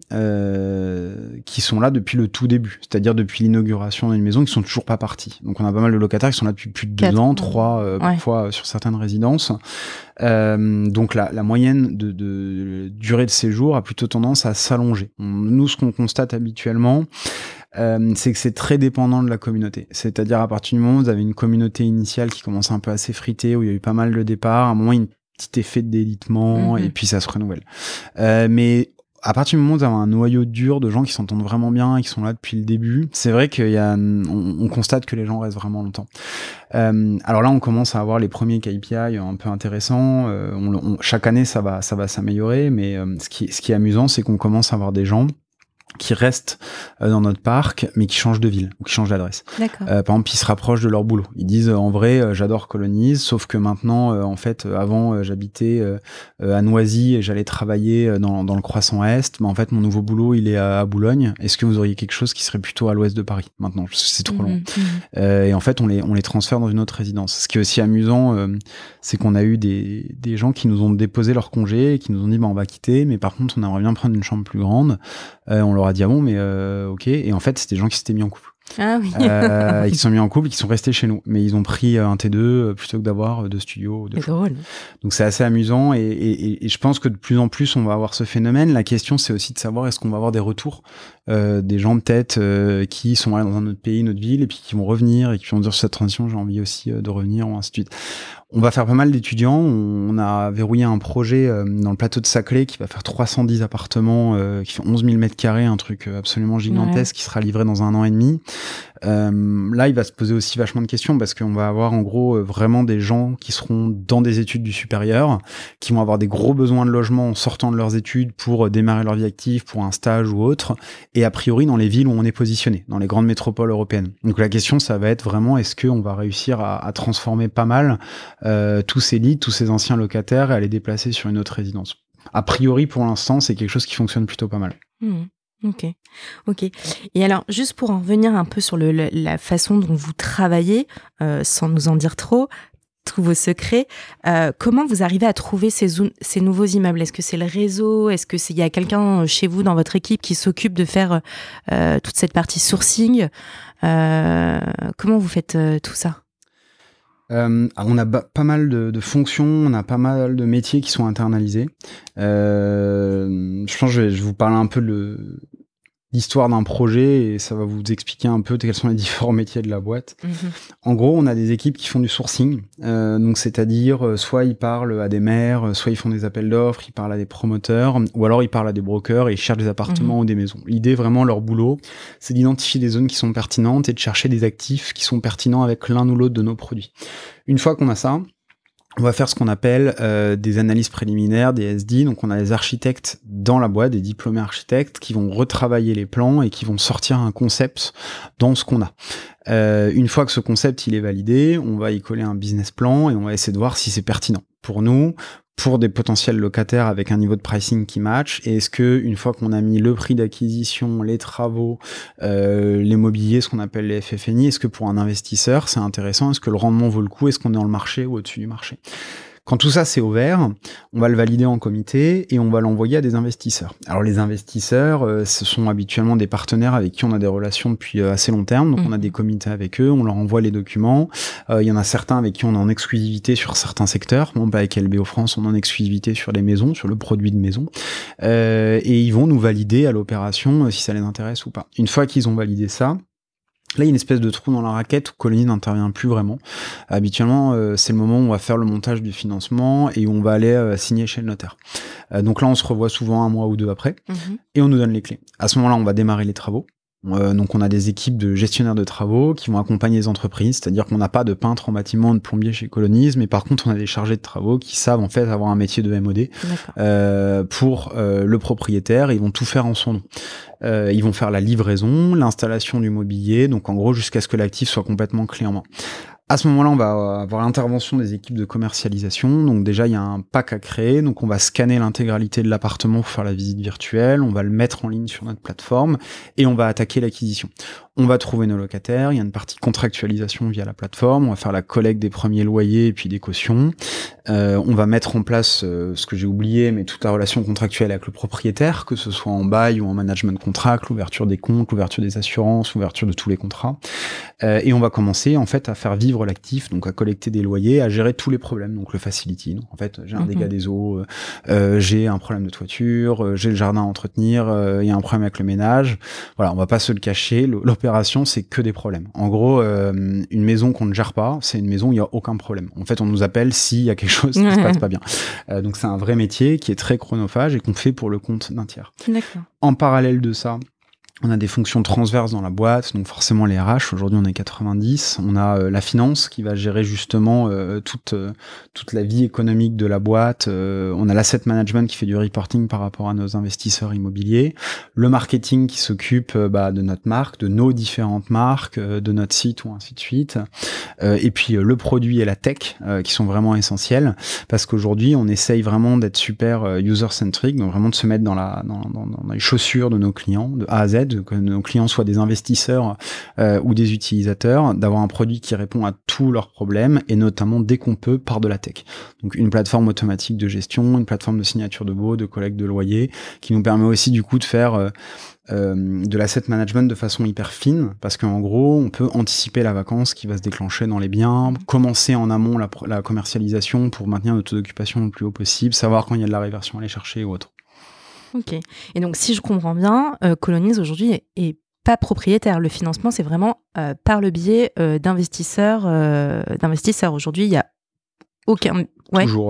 B: euh, qui sont là depuis le tout début, c'est-à-dire depuis l'inauguration d'une maison, qui sont toujours pas partis. Donc, on a pas mal de locataires qui sont là depuis plus de deux Quatre. ans, trois, euh, ouais. parfois sur certaines résidences. Euh, donc, la, la moyenne de, de durée de séjour a plutôt tendance à s'allonger. On, nous, ce qu'on constate habituellement, Euh, c'est que c'est très dépendant de la communauté. C'est-à-dire à partir du moment où vous avez une communauté initiale qui commence un peu à s'effriter, où il y a eu pas mal de départs, à un moment il y a un petit effet de délitement, mmh. et puis ça se renouvelle. Euh, mais à partir du moment où vous avez un noyau dur de gens qui s'entendent vraiment bien et qui sont là depuis le début, c'est vrai qu'il y a, on, on constate que les gens restent vraiment longtemps. Euh, alors là, on commence à avoir les premiers K P I un peu intéressants. Euh, on, on, chaque année, ça va, ça va s'améliorer, mais euh, ce qui, ce qui est amusant, c'est qu'on commence à avoir des gens qui restent euh, dans notre parc, mais qui changent de ville ou qui changent d'adresse.
A: D'accord.
B: Euh, par exemple, ils se rapprochent de leur boulot. Ils disent, euh, en vrai, euh, j'adore Colonize, sauf que maintenant, euh, en fait, euh, avant, euh, j'habitais euh, euh, à Noisy et j'allais travailler euh, dans, dans le Croissant Est. Mais en fait, mon nouveau boulot, il est à, à Boulogne. Est-ce que vous auriez quelque chose qui serait plutôt à l'ouest de Paris maintenant? C'est trop mmh, long. Mmh. Euh, et en fait, on les, on les transfère dans une autre résidence. Ce qui est aussi amusant, euh, c'est qu'on a eu des, des gens qui nous ont déposé leur congé et qui nous ont dit, bah, on va quitter, mais par contre, on aimerait bien prendre une chambre plus grande. Euh, on leur a dit ah bon mais euh, ok, et en fait c'était des gens qui s'étaient mis en couple.
A: Ah oui.
B: euh, ils se sont mis en couple, ils sont restés chez nous, mais ils ont pris un T deux plutôt que d'avoir deux studios. Deux
A: c'est drôle.
B: Donc c'est assez amusant et, et, et je pense que de plus en plus on va avoir ce phénomène. La question c'est aussi de savoir est-ce qu'on va avoir des retours, euh, des gens peut-être euh, qui sont allés dans un autre pays, une autre ville et puis qui vont revenir et qui vont dire sur cette transition j'ai envie aussi euh, de revenir ou ainsi de suite. On va faire pas mal d'étudiants. On a verrouillé un projet euh, dans le plateau de Saclay qui va faire trois cent dix appartements, euh, qui fait onze mille mètres carrés, un truc absolument gigantesque, ouais. qui sera livré dans un an et demi. Euh, là, il va se poser aussi vachement de questions parce qu'on va avoir en gros euh, vraiment des gens qui seront dans des études du supérieur, qui vont avoir des gros besoins de logement en sortant de leurs études pour euh, démarrer leur vie active, pour un stage ou autre, et a priori dans les villes où on est positionné, dans les grandes métropoles européennes. Donc la question, ça va être vraiment, est-ce qu'on va réussir à, à transformer pas mal euh, tous ces lits, tous ces anciens locataires et à les déplacer sur une autre résidence. A priori, pour l'instant, c'est quelque chose qui fonctionne plutôt pas mal.
A: Mmh. Ok, ok. Et alors, juste pour en revenir un peu sur le, le, la façon dont vous travaillez, euh, sans nous en dire trop, tous vos secrets, euh, comment vous arrivez à trouver ces, ces nouveaux immeubles ? Est-ce que c'est le réseau ? Est-ce que c'est, y a quelqu'un chez vous, dans votre équipe, qui s'occupe de faire euh, toute cette partie sourcing ? euh, Comment vous faites euh, tout ça ?
B: Euh, on a ba- pas mal de, de fonctions, on a pas mal de métiers qui sont internalisés. Euh, je pense que je vais, je vais vous parler un peu de l'histoire d'un projet et ça va vous expliquer un peu quels sont les différents métiers de la boîte. Mmh. En gros, on a des équipes qui font du sourcing, euh, donc c'est-à-dire euh, soit ils parlent à des maires, soit ils font des appels d'offres, ils parlent à des promoteurs, ou alors ils parlent à des brokers et ils cherchent des appartements mmh. ou des maisons. L'idée, vraiment, leur boulot, c'est d'identifier des zones qui sont pertinentes et de chercher des actifs qui sont pertinents avec l'un ou l'autre de nos produits. Une fois qu'on a ça, on va faire ce qu'on appelle euh, des analyses préliminaires, des S D. Donc, on a des architectes dans la boîte, des diplômés architectes, qui vont retravailler les plans et qui vont sortir un concept dans ce qu'on a. Euh, une fois que ce concept il est validé, on va y coller un business plan et on va essayer de voir si c'est pertinent pour nous, pour des potentiels locataires avec un niveau de pricing qui match. Et est-ce que une fois qu'on a mis le prix d'acquisition, les travaux, euh, l'immobilier, ce qu'on appelle les F F N I, est-ce que pour un investisseur c'est intéressant ? Est-ce que le rendement vaut le coup ? Est-ce qu'on est dans le marché ou au-dessus du marché ? Quand tout ça c'est ouvert, on va le valider en comité et on va l'envoyer à des investisseurs. Alors les investisseurs, euh, ce sont habituellement des partenaires avec qui on a des relations depuis euh, assez long terme, donc mmh. on a des comités avec eux, on leur envoie les documents. Euh, il y en a certains avec qui on est en exclusivité sur certains secteurs. Bon, bah, avec L B O France, on est en exclusivité sur les maisons, sur le produit de maison, euh, et ils vont nous valider à l'opération euh, si ça les intéresse ou pas. Une fois qu'ils ont validé ça, là, il y a une espèce de trou dans la raquette où Colony n'intervient plus vraiment. Habituellement, euh, c'est le moment où on va faire le montage du financement et où on va aller euh, signer chez le notaire. Euh, donc là, on se revoit souvent un mois ou deux après mmh. et on nous donne les clés. À ce moment-là, on va démarrer les travaux. Euh, donc on a des équipes de gestionnaires de travaux qui vont accompagner les entreprises, c'est-à-dire qu'on n'a pas de peintre en bâtiment, de plombier chez Colonies, mais par contre on a des chargés de travaux qui savent en fait avoir un métier de M O D euh, pour euh, le propriétaire. Ils vont tout faire en son nom. Euh, ils vont faire la livraison, l'installation du mobilier, donc en gros jusqu'à ce que l'actif soit complètement clé en main. À ce moment-là, on va avoir l'intervention des équipes de commercialisation. Donc déjà, il y a un pack à créer. Donc on va scanner l'intégralité de l'appartement pour faire la visite virtuelle. On va le mettre en ligne sur notre plateforme et on va attaquer l'acquisition. On va trouver nos locataires. Il y a une partie contractualisation via la plateforme. On va faire la collecte des premiers loyers et puis des cautions. Euh, on va mettre en place euh, ce que j'ai oublié, mais toute la relation contractuelle avec le propriétaire, que ce soit en bail ou en management contract, l'ouverture des comptes, l'ouverture des assurances, l'ouverture de tous les contrats. Euh, et on va commencer en fait à faire vivre l'actif, donc à collecter des loyers, à gérer tous les problèmes, donc le facility. Donc en fait, j'ai un mmh. dégât des eaux, euh, euh, j'ai un problème de toiture, euh, j'ai le jardin à entretenir, il euh, y a un problème avec le ménage. Voilà, on va pas se le cacher. L'opération, c'est que des problèmes. En gros, euh, une maison qu'on ne gère pas, c'est une maison où il y a aucun problème. En fait, on nous appelle s'il y a quelque chose qui se passe pas bien. Euh, donc c'est un vrai métier qui est très chronophage et qu'on fait pour le compte d'un tiers.
A: D'accord.
B: En parallèle de ça, on a des fonctions transverses dans la boîte, donc forcément les R H, aujourd'hui on est quatre-vingt-dix, on a euh, la finance qui va gérer justement euh, toute, euh, toute la vie économique de la boîte, euh, on a l'asset management qui fait du reporting par rapport à nos investisseurs immobiliers, le marketing qui s'occupe euh, bah, de notre marque, de nos différentes marques, euh, de notre site ou ainsi de suite, euh, et puis euh, le produit et la tech euh, qui sont vraiment essentiels, parce qu'aujourd'hui on essaye vraiment d'être super euh, user-centric, donc vraiment de se mettre dans, la, dans, dans, dans les chaussures de nos clients, de A à Z, que nos clients soient des investisseurs euh, ou des utilisateurs, d'avoir un produit qui répond à tous leurs problèmes et notamment dès qu'on peut par de la tech. Donc une plateforme automatique de gestion, une plateforme de signature de baux, de collecte de loyer, qui nous permet aussi du coup de faire euh, euh, de l'asset management de façon hyper fine, parce qu'en gros on peut anticiper la vacance qui va se déclencher dans les biens, commencer en amont la, la commercialisation pour maintenir notre taux d'occupation le plus haut possible, savoir quand il y a de la réversion à aller chercher ou autre.
A: Ok. Et donc, si je comprends bien, euh, Colonies aujourd'hui est, est pas propriétaire. Le financement, c'est vraiment euh, par le biais euh, d'investisseurs. Euh, d'investisseurs. Aujourd'hui, il y a aucun.
B: Ouais. Toujours, ouais.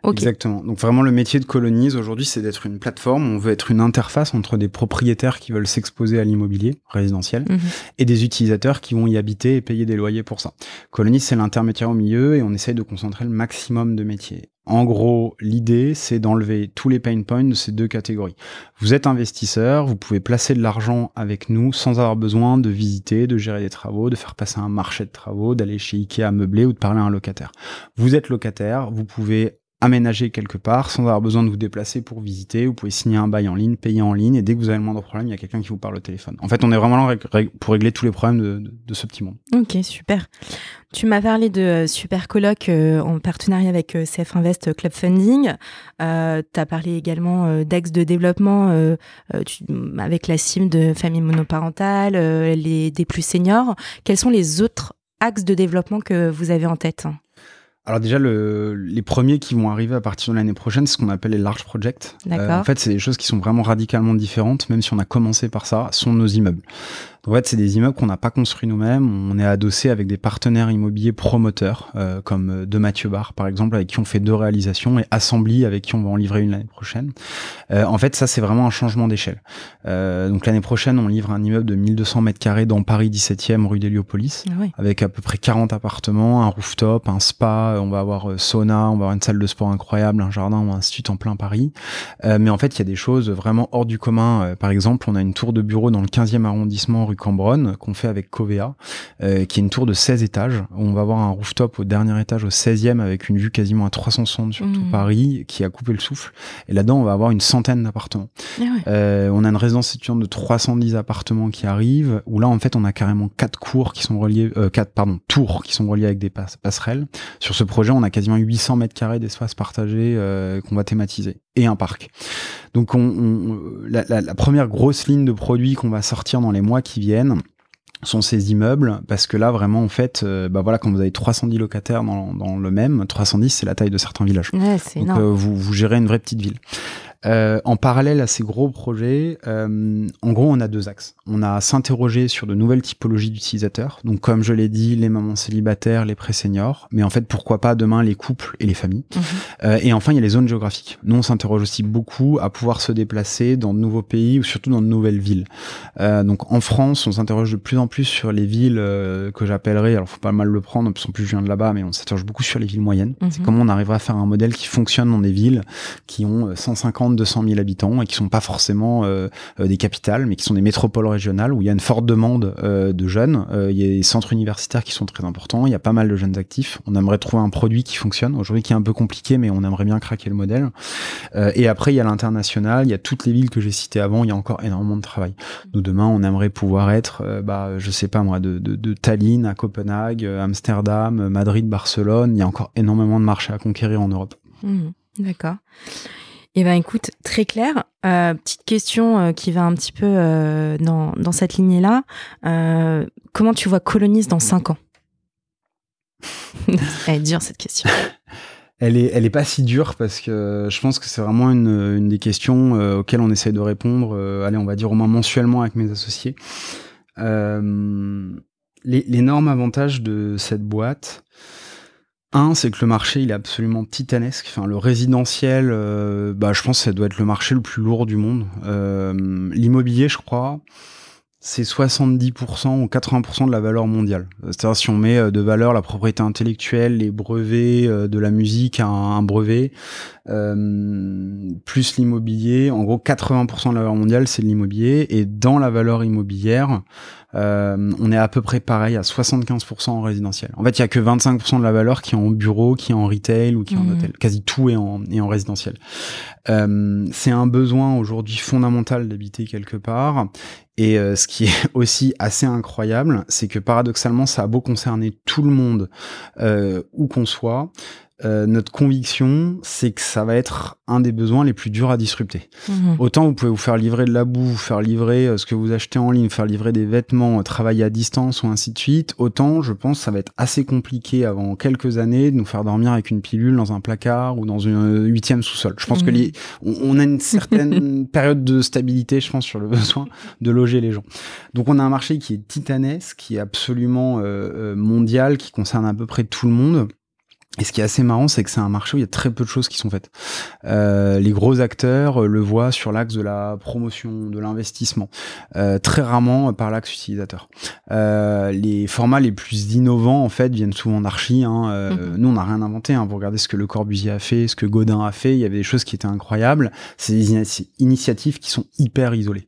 A: ok.
B: Exactement. Donc vraiment, le métier de Colonize aujourd'hui, c'est d'être une plateforme. On veut être une interface entre des propriétaires qui veulent s'exposer à l'immobilier résidentiel mmh. et des utilisateurs qui vont y habiter et payer des loyers pour ça. Colonize, c'est l'intermédiaire au milieu et on essaye de concentrer le maximum de métiers. En gros, l'idée, c'est d'enlever tous les pain points de ces deux catégories. Vous êtes investisseur, vous pouvez placer de l'argent avec nous sans avoir besoin de visiter, de gérer des travaux, de faire passer un marché de travaux, d'aller chez Ikea meubler ou de parler à un locataire. Vous êtes locataire, vous pouvez aménager quelque part sans avoir besoin de vous déplacer pour visiter. Vous pouvez signer un bail en ligne, payer en ligne, et dès que vous avez le moindre problème, il y a quelqu'un qui vous parle au téléphone. En fait, on est vraiment là pour régler tous les problèmes de, de, de ce petit monde.
A: Ok, super. Tu m'as parlé de euh, Super Coloc euh, en partenariat avec euh, C F Invest Club Funding. Euh, tu as parlé également euh, d'axes de développement euh, euh, tu, avec la cible de familles monoparentales, euh, les, des plus seniors. Quels sont les autres axes de développement que vous avez en tête ?
B: Alors déjà, le, les premiers qui vont arriver à partir de l'année prochaine, c'est ce qu'on appelle les large projects.
A: D'accord.
B: Euh, en fait, c'est des choses qui sont vraiment radicalement différentes, même si on a commencé par ça, sont nos immeubles. En fait, c'est des immeubles qu'on n'a pas construits nous-mêmes. On est adossé avec des partenaires immobiliers promoteurs, euh, comme de Mathieu Barre, par exemple, avec qui on fait deux réalisations, et Assembly, avec qui on va en livrer une l'année prochaine. Euh, en fait, ça, c'est vraiment un changement d'échelle. Euh, donc l'année prochaine, on livre un immeuble de mille deux cents mètres carrés dans Paris dix-septième, rue d'Héliopolis, ah oui. avec à peu près quarante appartements, un rooftop, un spa, on va avoir sauna, on va avoir une salle de sport incroyable, un jardin ou un institut en plein Paris. Euh, mais en fait, il y a des choses vraiment hors du commun. Euh, par exemple, on a une tour de bureau dans le quinzième arrondissement, rue Cambronne, qu'on fait avec Covea, euh, qui est une tour de seize étages, où on va avoir un rooftop au dernier étage, au seizième, avec une vue quasiment à trois cent soixante sur mmh. tout Paris, qui a coupé le souffle. Et là-dedans, on va avoir une centaine d'appartements. Ah ouais. euh, on a une résidence étudiante de trois cent dix appartements qui arrive, où là, en fait, on a carrément quatre cours qui sont reliés, euh, quatre, pardon, tours qui sont reliés avec des passe- passerelles. Sur ce projet, on a quasiment huit cents mètres carrés d'espace partagé euh, qu'on va thématiser, et un parc. Donc, on, on, la, la, la première grosse ligne de produits qu'on va sortir dans les mois qui viennent sont ces immeubles, parce que là, vraiment, en fait, euh, bah voilà, quand vous avez trois cent dix locataires dans, dans le même, trois cent dix, c'est la taille de certains villages.
A: Ouais, c'est
B: Donc,
A: énorme.
B: Euh, vous, vous gérez une vraie petite ville. Euh, en parallèle à ces gros projets, euh, en gros, on a deux axes. On a à s'interroger sur de nouvelles typologies d'utilisateurs. Donc, comme je l'ai dit, les mamans célibataires, les pré-seniors. Mais en fait, pourquoi pas demain les couples et les familles. Mmh. Euh, et enfin, il y a les zones géographiques. Nous, on s'interroge aussi beaucoup à pouvoir se déplacer dans de nouveaux pays ou surtout dans de nouvelles villes. Euh, donc, en France, on s'interroge de plus en plus sur les villes euh, que j'appellerais, alors faut pas mal le prendre, en plus, en plus je viens de là-bas, mais on s'interroge beaucoup sur les villes moyennes. Mmh. C'est comment on arrivera à faire un modèle qui fonctionne dans des villes qui ont cent cinquante, deux cent mille habitants et qui sont pas forcément euh, des capitales, mais qui sont des métropoles régionales où il y a une forte demande euh, de jeunes. Euh, il y a des centres universitaires qui sont très importants. Il y a pas mal de jeunes actifs. On aimerait trouver un produit qui fonctionne. Aujourd'hui, qui est un peu compliqué, mais on aimerait bien craquer le modèle. Euh, et après, il y a l'international. Il y a toutes les villes que j'ai citées avant. Il y a encore énormément de travail. Nous, demain, on aimerait pouvoir être, euh, bah, je sais pas moi, de, de, de Tallinn à Copenhague, Amsterdam, Madrid, Barcelone. Il y a encore énormément de marchés à conquérir en Europe.
A: Mmh, d'accord. Eh ben, écoute, très clair. Euh, petite question euh, qui va un petit peu euh, dans, dans cette lignée-là. Euh, comment tu vois Colonize dans cinq ans ? Elle est dure, cette question.
B: Elle est, elle est pas si dure parce que je pense que c'est vraiment une, une des questions euh, auxquelles on essaie de répondre, euh, allez, on va dire au moins mensuellement avec mes associés. Euh, les, l'énorme avantage de cette boîte, un, c'est que le marché, il est absolument titanesque. Enfin, le résidentiel, euh, bah, je pense que ça doit être le marché le plus lourd du monde. Euh, l'immobilier, je crois, c'est soixante-dix pour cent ou quatre-vingts pour cent de la valeur mondiale. C'est-à-dire, si on met de valeur la propriété intellectuelle, les brevets, euh, de la musique à un, un brevet, euh, plus l'immobilier, en gros, quatre-vingts pour cent de la valeur mondiale, c'est de l'immobilier. Et dans la valeur immobilière, Euh, on est à peu près pareil à soixante-quinze pour cent en résidentiel. En fait, il y a que vingt-cinq pour cent de la valeur qui est en bureau, qui est en retail ou qui est mmh. en hôtel. Quasi tout est en, est en résidentiel. Euh, c'est un besoin aujourd'hui fondamental d'habiter quelque part. Et euh, ce qui est aussi assez incroyable, c'est que paradoxalement, ça a beau concerner tout le monde, euh, où qu'on soit. Euh, notre conviction, c'est que ça va être un des besoins les plus durs à disrupter. Mmh. Autant vous pouvez vous faire livrer de la boue, vous faire livrer euh, ce que vous achetez en ligne, faire livrer des vêtements, euh, travailler à distance ou ainsi de suite, autant je pense que ça va être assez compliqué avant quelques années de nous faire dormir avec une pilule dans un placard ou dans une huitième sous-sol. Je pense mmh. que les, on, on a une certaine période de stabilité, je pense, sur le besoin de loger les gens. Donc on a un marché qui est titanesque, qui est absolument euh, mondial, qui concerne à peu près tout le monde. Et ce qui est assez marrant, c'est que c'est un marché où il y a très peu de choses qui sont faites. Euh, les gros acteurs le voient sur l'axe de la promotion, de l'investissement, euh, très rarement par l'axe utilisateur. Euh, les formats les plus innovants, en fait, viennent souvent d'Archie. Hein. Euh, mm-hmm. Nous, on n'a rien inventé. Hein. Vous regardez ce que Le Corbusier a fait, ce que Godin a fait. Il y avait des choses qui étaient incroyables. C'est des in- initiatives qui sont hyper isolées.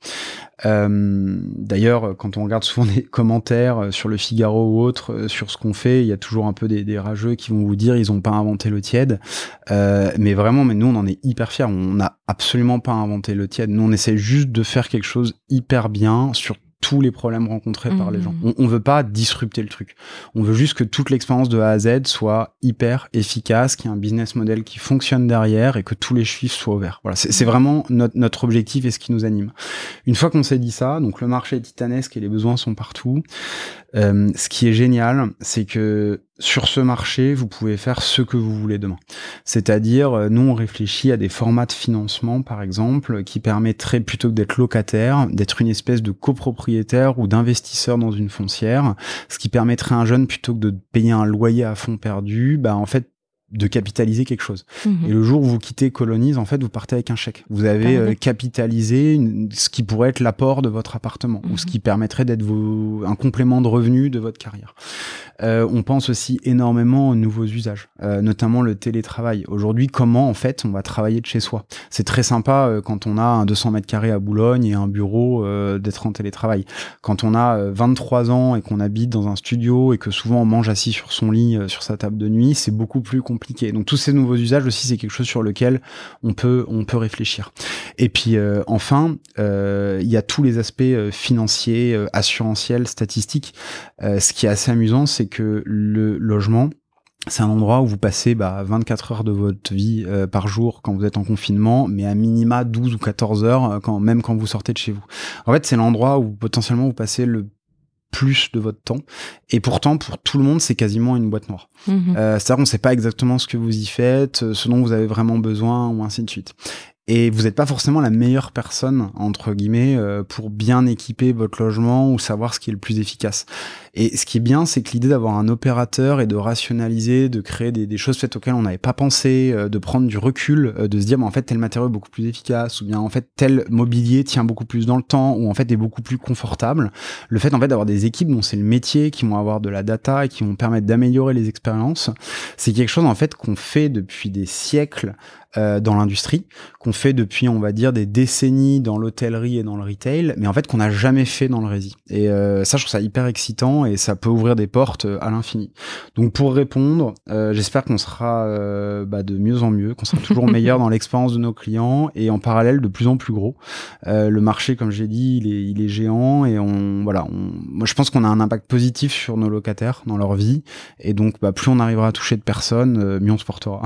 B: Euh, d'ailleurs, quand on regarde souvent des commentaires sur Le Figaro ou autre sur ce qu'on fait, il y a toujours un peu des, des rageux qui vont vous dire ils ont pas inventé le tiède. Euh, mais vraiment, mais nous on en est hyper fiers. On n'a absolument pas inventé le tiède. Nous on essaie juste de faire quelque chose hyper bien sur tous les problèmes rencontrés mmh. par les gens. On, on veut pas disrupter le truc. On veut juste que toute l'expérience de A à Z soit hyper efficace, qu'il y ait un business model qui fonctionne derrière et que tous les chiffres soient ouverts. Voilà, c'est, c'est vraiment notre, notre objectif et ce qui nous anime. Une fois qu'on s'est dit ça, donc le marché est titanesque et les besoins sont partout. Euh, ce qui est génial, c'est que sur ce marché, vous pouvez faire ce que vous voulez demain. C'est-à-dire, nous, on réfléchit à des formats de financement, par exemple, qui permettraient, plutôt que d'être locataire, d'être une espèce de copropriétaire ou d'investisseur dans une foncière, ce qui permettrait à un jeune, plutôt que de payer un loyer à fond perdu, bah, en fait, de capitaliser quelque chose. Mmh. Et le jour où vous quittez Colonize, en fait, vous partez avec un chèque. Vous avez euh, capitalisé une, ce qui pourrait être l'apport de votre appartement mmh. ou ce qui permettrait d'être vos, un complément de revenu de votre carrière. Euh, on pense aussi énormément aux nouveaux usages, euh, notamment le télétravail. Aujourd'hui, comment, en fait, on va travailler de chez soi? C'est très sympa euh, quand on a un deux cents mètres carrés à Boulogne et un bureau euh, d'être en télétravail. Quand on a euh, vingt-trois ans et qu'on habite dans un studio et que souvent on mange assis sur son lit, euh, sur sa table de nuit, c'est beaucoup plus compliqué. Donc tous ces nouveaux usages aussi, c'est quelque chose sur lequel on peut on peut réfléchir. Et puis euh, enfin, euh, il y a tous les aspects euh, financiers, euh, assurantiels, statistiques. Euh, ce qui est assez amusant, c'est que le logement, c'est un endroit où vous passez bah, vingt-quatre heures de votre vie euh, par jour quand vous êtes en confinement, mais à minima douze ou quatorze heures, quand, même quand vous sortez de chez vous. En fait, c'est l'endroit où potentiellement vous passez le plus de votre temps, et pourtant pour tout le monde c'est quasiment une boîte noire. Mmh. Euh, c'est-à-dire qu'on ne sait pas exactement ce que vous y faites, ce dont vous avez vraiment besoin, ou ainsi de suite. Et vous n'êtes pas forcément la meilleure personne, entre guillemets, euh, pour bien équiper votre logement ou savoir ce qui est le plus efficace. Et ce qui est bien, c'est que l'idée d'avoir un opérateur et de rationaliser, de créer des, des choses faites auxquelles on n'avait pas pensé, euh, de prendre du recul, euh, de se dire, bah, en fait, tel matériau est beaucoup plus efficace, ou bien en fait, tel mobilier tient beaucoup plus dans le temps, ou en fait, est beaucoup plus confortable. Le fait, en fait, d'avoir des équipes dont c'est le métier, qui vont avoir de la data et qui vont permettre d'améliorer les expériences, c'est quelque chose, en fait, qu'on fait depuis des siècles euh, dans l'industrie, qu'on fait depuis, on va dire, des décennies dans l'hôtellerie et dans le retail, mais en fait qu'on n'a jamais fait dans le rési. Et euh, ça, je trouve ça hyper excitant et ça peut ouvrir des portes à l'infini. Donc pour répondre, euh, j'espère qu'on sera euh, bah, de mieux en mieux, qu'on sera toujours meilleur dans l'expérience de nos clients et en parallèle de plus en plus gros. Euh, le marché, comme j'ai dit, il est, il est géant et on, voilà, on, moi je pense qu'on a un impact positif sur nos locataires dans leur vie et donc bah, plus on arrivera à toucher de personnes, euh, mieux on se portera.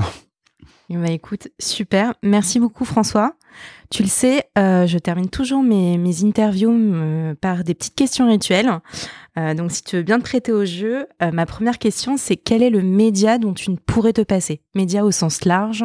A: Bah écoute, super. Merci beaucoup François. Tu le sais, euh, je termine toujours mes, mes interviews euh, par des petites questions rituelles. Euh, donc si tu veux bien te prêter au jeu, euh, ma première question c'est quel est le média dont tu ne pourrais te passer? Média au sens large.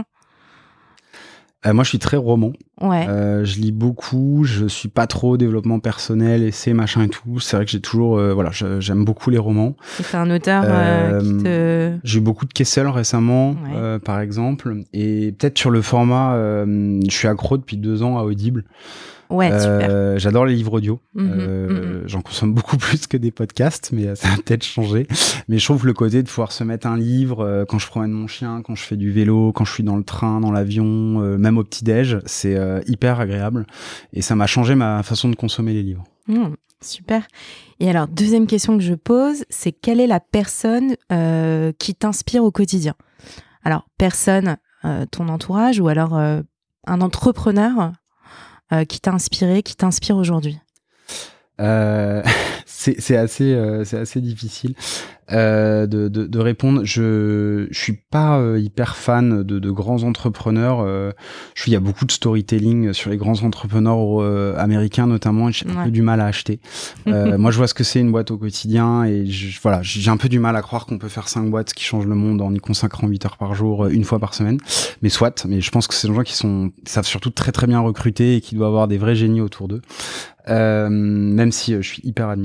B: Euh, moi, je suis très roman.
A: Ouais.
B: Euh, je lis beaucoup. Je suis pas trop développement personnel, essai, machin et tout. C'est vrai que j'ai toujours, euh, voilà, je, j'aime beaucoup les romans.
A: C'est un auteur euh, qui te.
B: J'ai eu beaucoup de Kessel récemment, ouais. euh, par exemple, et peut-être sur le format, euh, je suis accro depuis deux ans à Audible.
A: Ouais, super.
B: Euh, j'adore les livres audio. Mmh, euh,
A: mmh.
B: J'en consomme beaucoup plus que des podcasts, mais ça a peut-être changé. Mais je trouve le côté de pouvoir se mettre un livre euh, quand je promène mon chien, quand je fais du vélo, quand je suis dans le train, dans l'avion, euh, même au petit-déj, c'est euh, hyper agréable. Et ça m'a changé ma façon de consommer les livres.
A: Mmh, super. Et alors, deuxième question que je pose, c'est quelle est la personne euh, qui t'inspire au quotidien? Alors, personne, euh, ton entourage, ou alors euh, un entrepreneur Euh, qui t'a inspiré, qui t'inspire aujourd'hui?
B: euh, c'est, c'est assez, euh, c'est assez difficile euh, de, de, de répondre. Je, je suis pas euh, hyper fan de, de grands entrepreneurs. Euh, je, il y a beaucoup de storytelling sur les grands entrepreneurs euh, américains notamment. Et j'ai un ouais. peu du mal à acheter. Euh, moi, je vois ce que c'est une boîte au quotidien et je, voilà, j'ai un peu du mal à croire qu'on peut faire cinq boîtes qui changent le monde en y consacrant huit heures par jour, une fois par semaine. Mais soit. Mais je pense que c'est des gens qui sont, qui savent surtout très très bien recruter et qui doivent avoir des vrais génies autour d'eux. Euh, même si euh, je suis hyper admiratif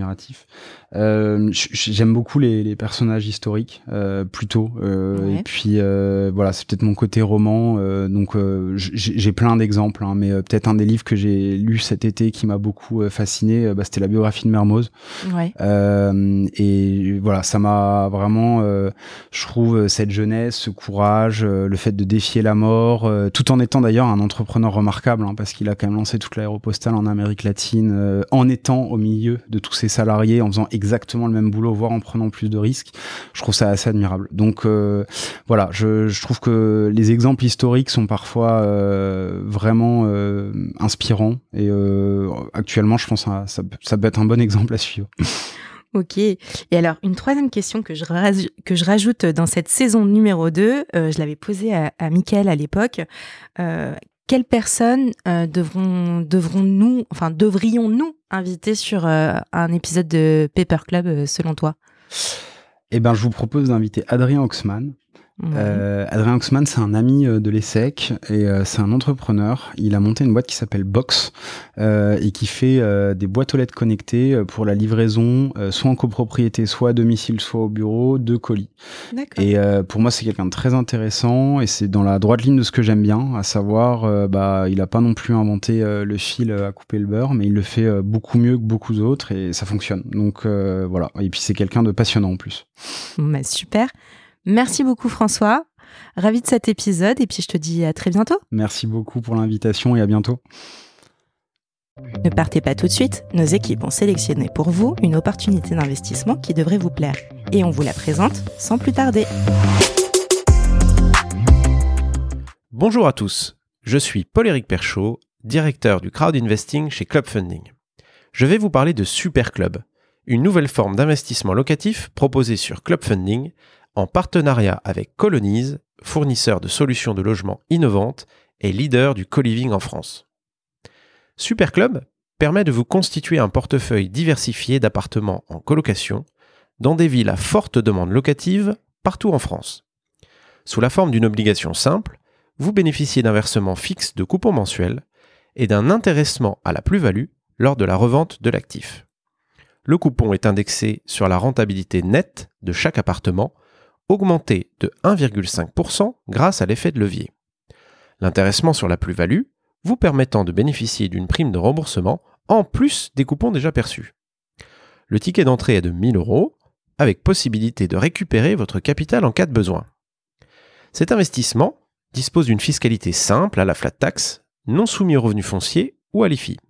B: narratif. Euh, j'aime beaucoup les, les personnages historiques, euh, plutôt. Euh, ouais. Et puis euh, voilà, c'est peut-être mon côté roman. Euh, donc euh, j'ai plein d'exemples, hein, mais euh, peut-être un des livres que j'ai lu cet été qui m'a beaucoup euh, fasciné, euh, bah, c'était la biographie de Mermoz.
A: Ouais.
B: Euh, et voilà, ça m'a vraiment, euh, je trouve, cette jeunesse, ce courage, euh, le fait de défier la mort, euh, tout en étant d'ailleurs un entrepreneur remarquable, hein, parce qu'il a quand même lancé toute l'aéropostale en Amérique latine, euh, en étant au milieu de tous ses salariés, en faisant exactement le même boulot, voire en prenant plus de risques. Je trouve ça assez admirable. Donc euh, voilà, je, je trouve que les exemples historiques sont parfois euh, vraiment euh, inspirants. Et euh, actuellement, je pense que ça, ça, ça peut être un bon exemple à suivre.
A: Ok. Et alors, une troisième question que je, raj- que je rajoute dans cette saison numéro deux, euh, je l'avais posée à, à Mickaël à l'époque. Euh, quelles personnes euh, devront, devront-nous, enfin, devrions-nous inviter sur euh, un épisode de Paper Club, euh, selon toi ?
B: Eh ben, je vous propose d'inviter Adrien Oxman.
A: Ouais.
B: Euh, Adrien Oxman, c'est un ami de l'ESSEC et euh, c'est un entrepreneur. Il a monté une boîte qui s'appelle Box euh, et qui fait euh, des boîtes aux lettres connectées pour la livraison, euh, soit en copropriété, soit à domicile, soit au bureau, de colis.
A: D'accord.
B: Et euh, pour moi, c'est quelqu'un de très intéressant et c'est dans la droite ligne de ce que j'aime bien, à savoir, euh, bah, il a pas non plus inventé euh, le fil à couper le beurre, mais il le fait euh, beaucoup mieux que beaucoup d'autres et ça fonctionne. Donc euh, voilà. Et puis c'est quelqu'un de passionnant en plus.
A: Bah, super. Merci beaucoup François, ravi de cet épisode et puis je te dis à très bientôt.
B: Merci beaucoup pour l'invitation et à bientôt.
A: Ne partez pas tout de suite, nos équipes ont sélectionné pour vous une opportunité d'investissement qui devrait vous plaire et on vous la présente sans plus tarder.
C: Bonjour à tous, je suis Paul-Éric Perchaud, directeur du crowd investing chez Club Funding. Je vais vous parler de Super Club, une nouvelle forme d'investissement locatif proposée sur Club Funding en partenariat avec Colonize, fournisseur de solutions de logement innovantes et leader du co-living en France. Super Club permet de vous constituer un portefeuille diversifié d'appartements en colocation dans des villes à forte demande locative partout en France. Sous la forme d'une obligation simple, vous bénéficiez d'un versement fixe de coupons mensuels et d'un intéressement à la plus-value lors de la revente de l'actif. Le coupon est indexé sur la rentabilité nette de chaque appartement, augmenté de un virgule cinq pour cent grâce à l'effet de levier. L'intéressement sur la plus-value vous permettant de bénéficier d'une prime de remboursement en plus des coupons déjà perçus. Le ticket d'entrée est de mille euros, avec possibilité de récupérer votre capital en cas de besoin. Cet investissement dispose d'une fiscalité simple à la flat tax, non soumis aux revenus fonciers ou à l'I F I.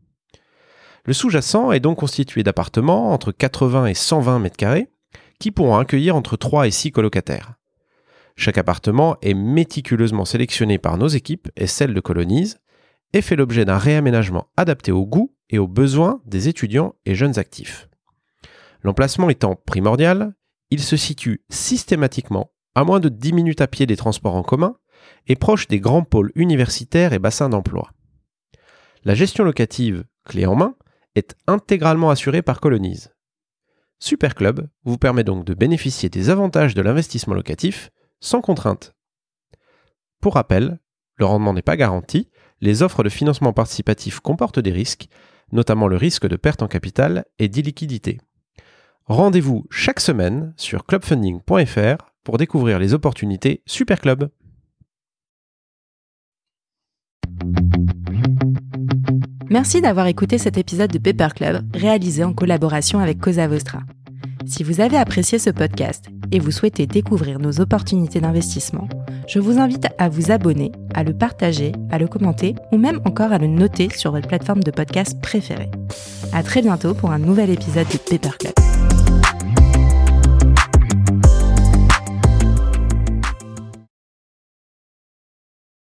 C: Le sous-jacent est donc constitué d'appartements entre quatre-vingts et cent vingt mètres carrés qui pourront accueillir entre trois et six colocataires. Chaque appartement est méticuleusement sélectionné par nos équipes et celles de Colonize et fait l'objet d'un réaménagement adapté aux goûts et aux besoins des étudiants et jeunes actifs. L'emplacement étant primordial, il se situe systématiquement à moins de dix minutes à pied des transports en commun et proche des grands pôles universitaires et bassins d'emploi. La gestion locative, clé en main, est intégralement assurée par Colonize. Super Club vous permet donc de bénéficier des avantages de l'investissement locatif sans contrainte. Pour rappel, le rendement n'est pas garanti, les offres de financement participatif comportent des risques, notamment le risque de perte en capital et d'illiquidité. Rendez-vous chaque semaine sur club funding point f r pour découvrir les opportunités Super Club.
A: Merci d'avoir écouté cet épisode de Paper Club réalisé en collaboration avec Cosa Vostra. Si vous avez apprécié ce podcast et vous souhaitez découvrir nos opportunités d'investissement, je vous invite à vous abonner, à le partager, à le commenter ou même encore à le noter sur votre plateforme de podcast préférée. À très bientôt pour un nouvel épisode de Paper Club.